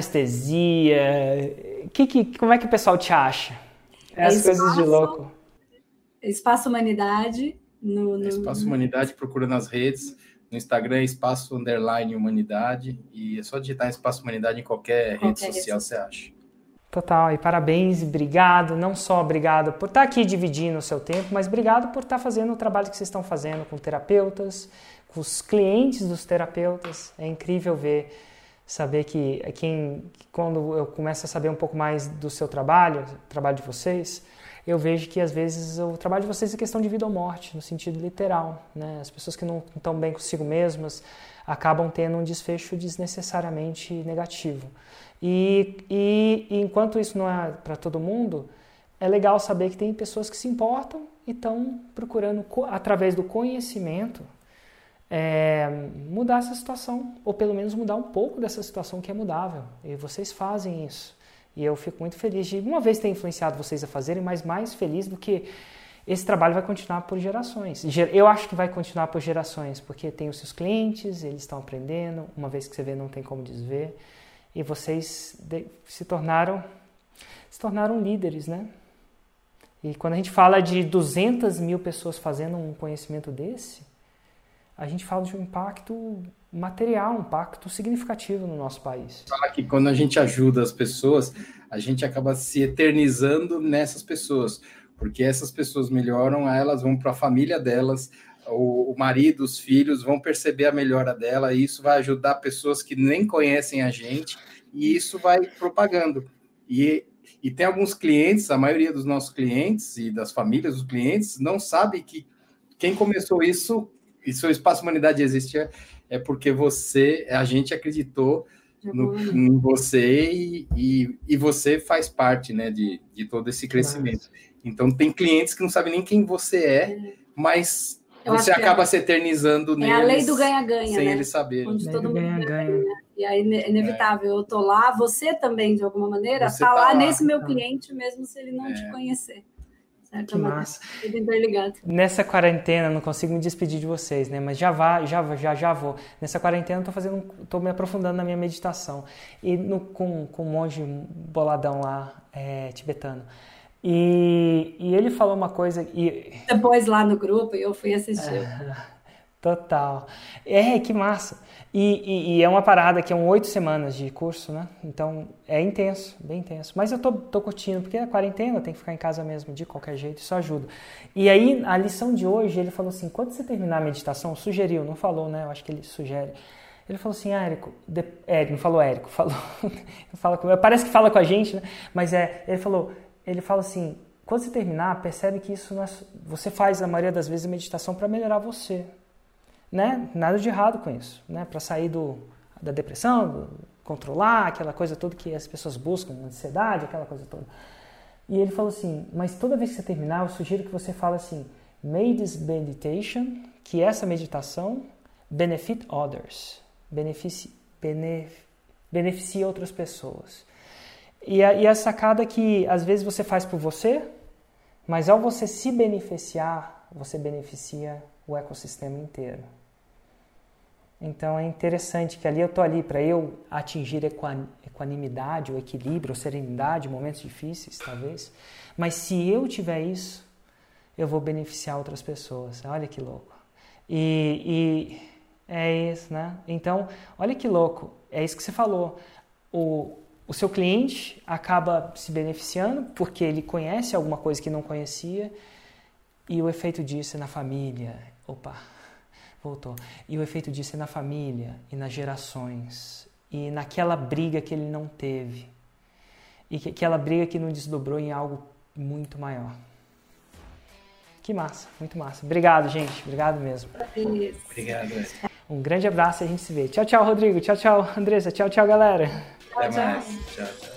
S2: radiestesia. Que, que, como é que o pessoal te acha? É as espaço, coisas de louco.
S1: Espaço Humanidade. No, no...
S3: Espaço Humanidade, procura nas redes, no Instagram é Espaço Underline Humanidade, e é só digitar Espaço Humanidade em qualquer, qualquer rede social, rede. Você acha.
S2: Total, e parabéns, obrigado, não só obrigado por estar aqui dividindo o seu tempo, mas obrigado por estar fazendo o trabalho que vocês estão fazendo com terapeutas, com os clientes dos terapeutas. É incrível ver, saber que quem, quando eu começo a saber um pouco mais do seu trabalho, do trabalho de vocês, eu vejo que, às vezes, o trabalho de vocês é questão de vida ou morte, no sentido literal, né? As pessoas que não estão bem consigo mesmas acabam tendo um desfecho desnecessariamente negativo. E, e, e enquanto isso não é para todo mundo, é legal saber que tem pessoas que se importam e estão procurando, através do conhecimento, é, mudar essa situação, ou pelo menos mudar um pouco dessa situação que é mudável. E vocês fazem isso. E eu fico muito feliz de, uma vez, ter influenciado vocês a fazerem, mas mais feliz do que esse trabalho vai continuar por gerações. Eu acho que vai continuar por gerações, porque tem os seus clientes, eles estão aprendendo, uma vez que você vê, não tem como desver, e vocês se tornaram, se tornaram líderes, né? E quando a gente fala de duzentas mil pessoas fazendo um conhecimento desse, a gente fala de um impacto material, um impacto significativo no nosso país.
S3: Fala que quando a gente ajuda as pessoas, a gente acaba se eternizando nessas pessoas, porque essas pessoas melhoram, elas vão para a família delas, o, o marido, os filhos vão perceber a melhora dela, e isso vai ajudar pessoas que nem conhecem a gente, e isso vai propagando. E, e tem alguns clientes, a maioria dos nossos clientes e das famílias dos clientes não sabe que quem começou isso, e seu Espaço Humanidade existe, é, é porque você, a gente acreditou no, em você e, e, e você faz parte, né, de, de todo esse crescimento. Então, tem clientes que não sabem nem quem você é, mas eu você acaba é. se eternizando neles.
S1: É a lei do ganha-ganha,
S3: sem
S1: né?
S3: eles saberem.
S1: Onde
S2: lei
S1: todo mundo
S2: ganha-ganha.
S1: E aí é inevitável. É. Eu tô lá, você também, de alguma maneira,
S3: você
S1: tá,
S3: tá
S1: lá,
S3: lá
S1: nesse meu
S2: tá.
S1: cliente, mesmo se ele não é. te conhecer. Certo?
S2: Que massa.
S1: Tudo interligado.
S2: Nessa quarentena, não consigo me despedir de vocês, né? Mas já vá, já, já, já vou. Nessa quarentena, eu tô fazendo, tô me aprofundando na minha meditação. E no, com, com um monge boladão lá, é, tibetano. E, e ele falou uma coisa... E...
S1: Depois lá no grupo eu fui assistir.
S2: É, total. É, que massa. E, e, e é uma parada que é um oito semanas de curso, né? Então é intenso, bem intenso. Mas eu tô, tô curtindo, porque é quarentena, tem que ficar em casa mesmo, de qualquer jeito, isso ajuda. E aí, a lição de hoje, ele falou assim, quando você terminar a meditação, sugeriu, não falou, né? Eu acho que ele sugere. Ele falou assim, ah, Érico, de... é, não falou Érico, falou, fala com... parece que fala com a gente, né? Mas é, ele falou, ele fala assim, quando você terminar, percebe que isso não é... você faz a maioria das vezes a meditação para melhorar você, né? Nada de errado com isso, né? Para sair do, da depressão, do... controlar aquela coisa toda que as pessoas buscam, ansiedade, aquela coisa toda. E ele falou assim, mas toda vez que você terminar, eu sugiro que você fale assim, may this meditation, que essa meditação benefit others. Beneficie, benef, beneficie outras pessoas. E a, e a sacada é que às vezes você faz por você, mas ao você se beneficiar, você beneficia o ecossistema inteiro. Então é interessante que ali eu estou ali para eu atingir equanimidade, ou equilíbrio, ou serenidade, momentos difíceis talvez, mas se eu tiver isso, eu vou beneficiar outras pessoas. Olha que louco. E... e é isso, né? Então, olha que louco, é isso que você falou. O, o seu cliente acaba se beneficiando porque ele conhece alguma coisa que não conhecia e o efeito disso é na família. Opa, voltou. E o efeito disso é na família e nas gerações e naquela briga que ele não teve e que, aquela briga que não desdobrou em algo muito maior. Que massa, muito massa. Obrigado, gente. Obrigado mesmo.
S1: Isso.
S3: Obrigado.
S2: Um grande abraço e a gente se vê. Tchau, tchau, Rodrigo. Tchau, tchau, Andressa. Tchau, tchau, galera.
S3: Até mais. Tchau, tchau.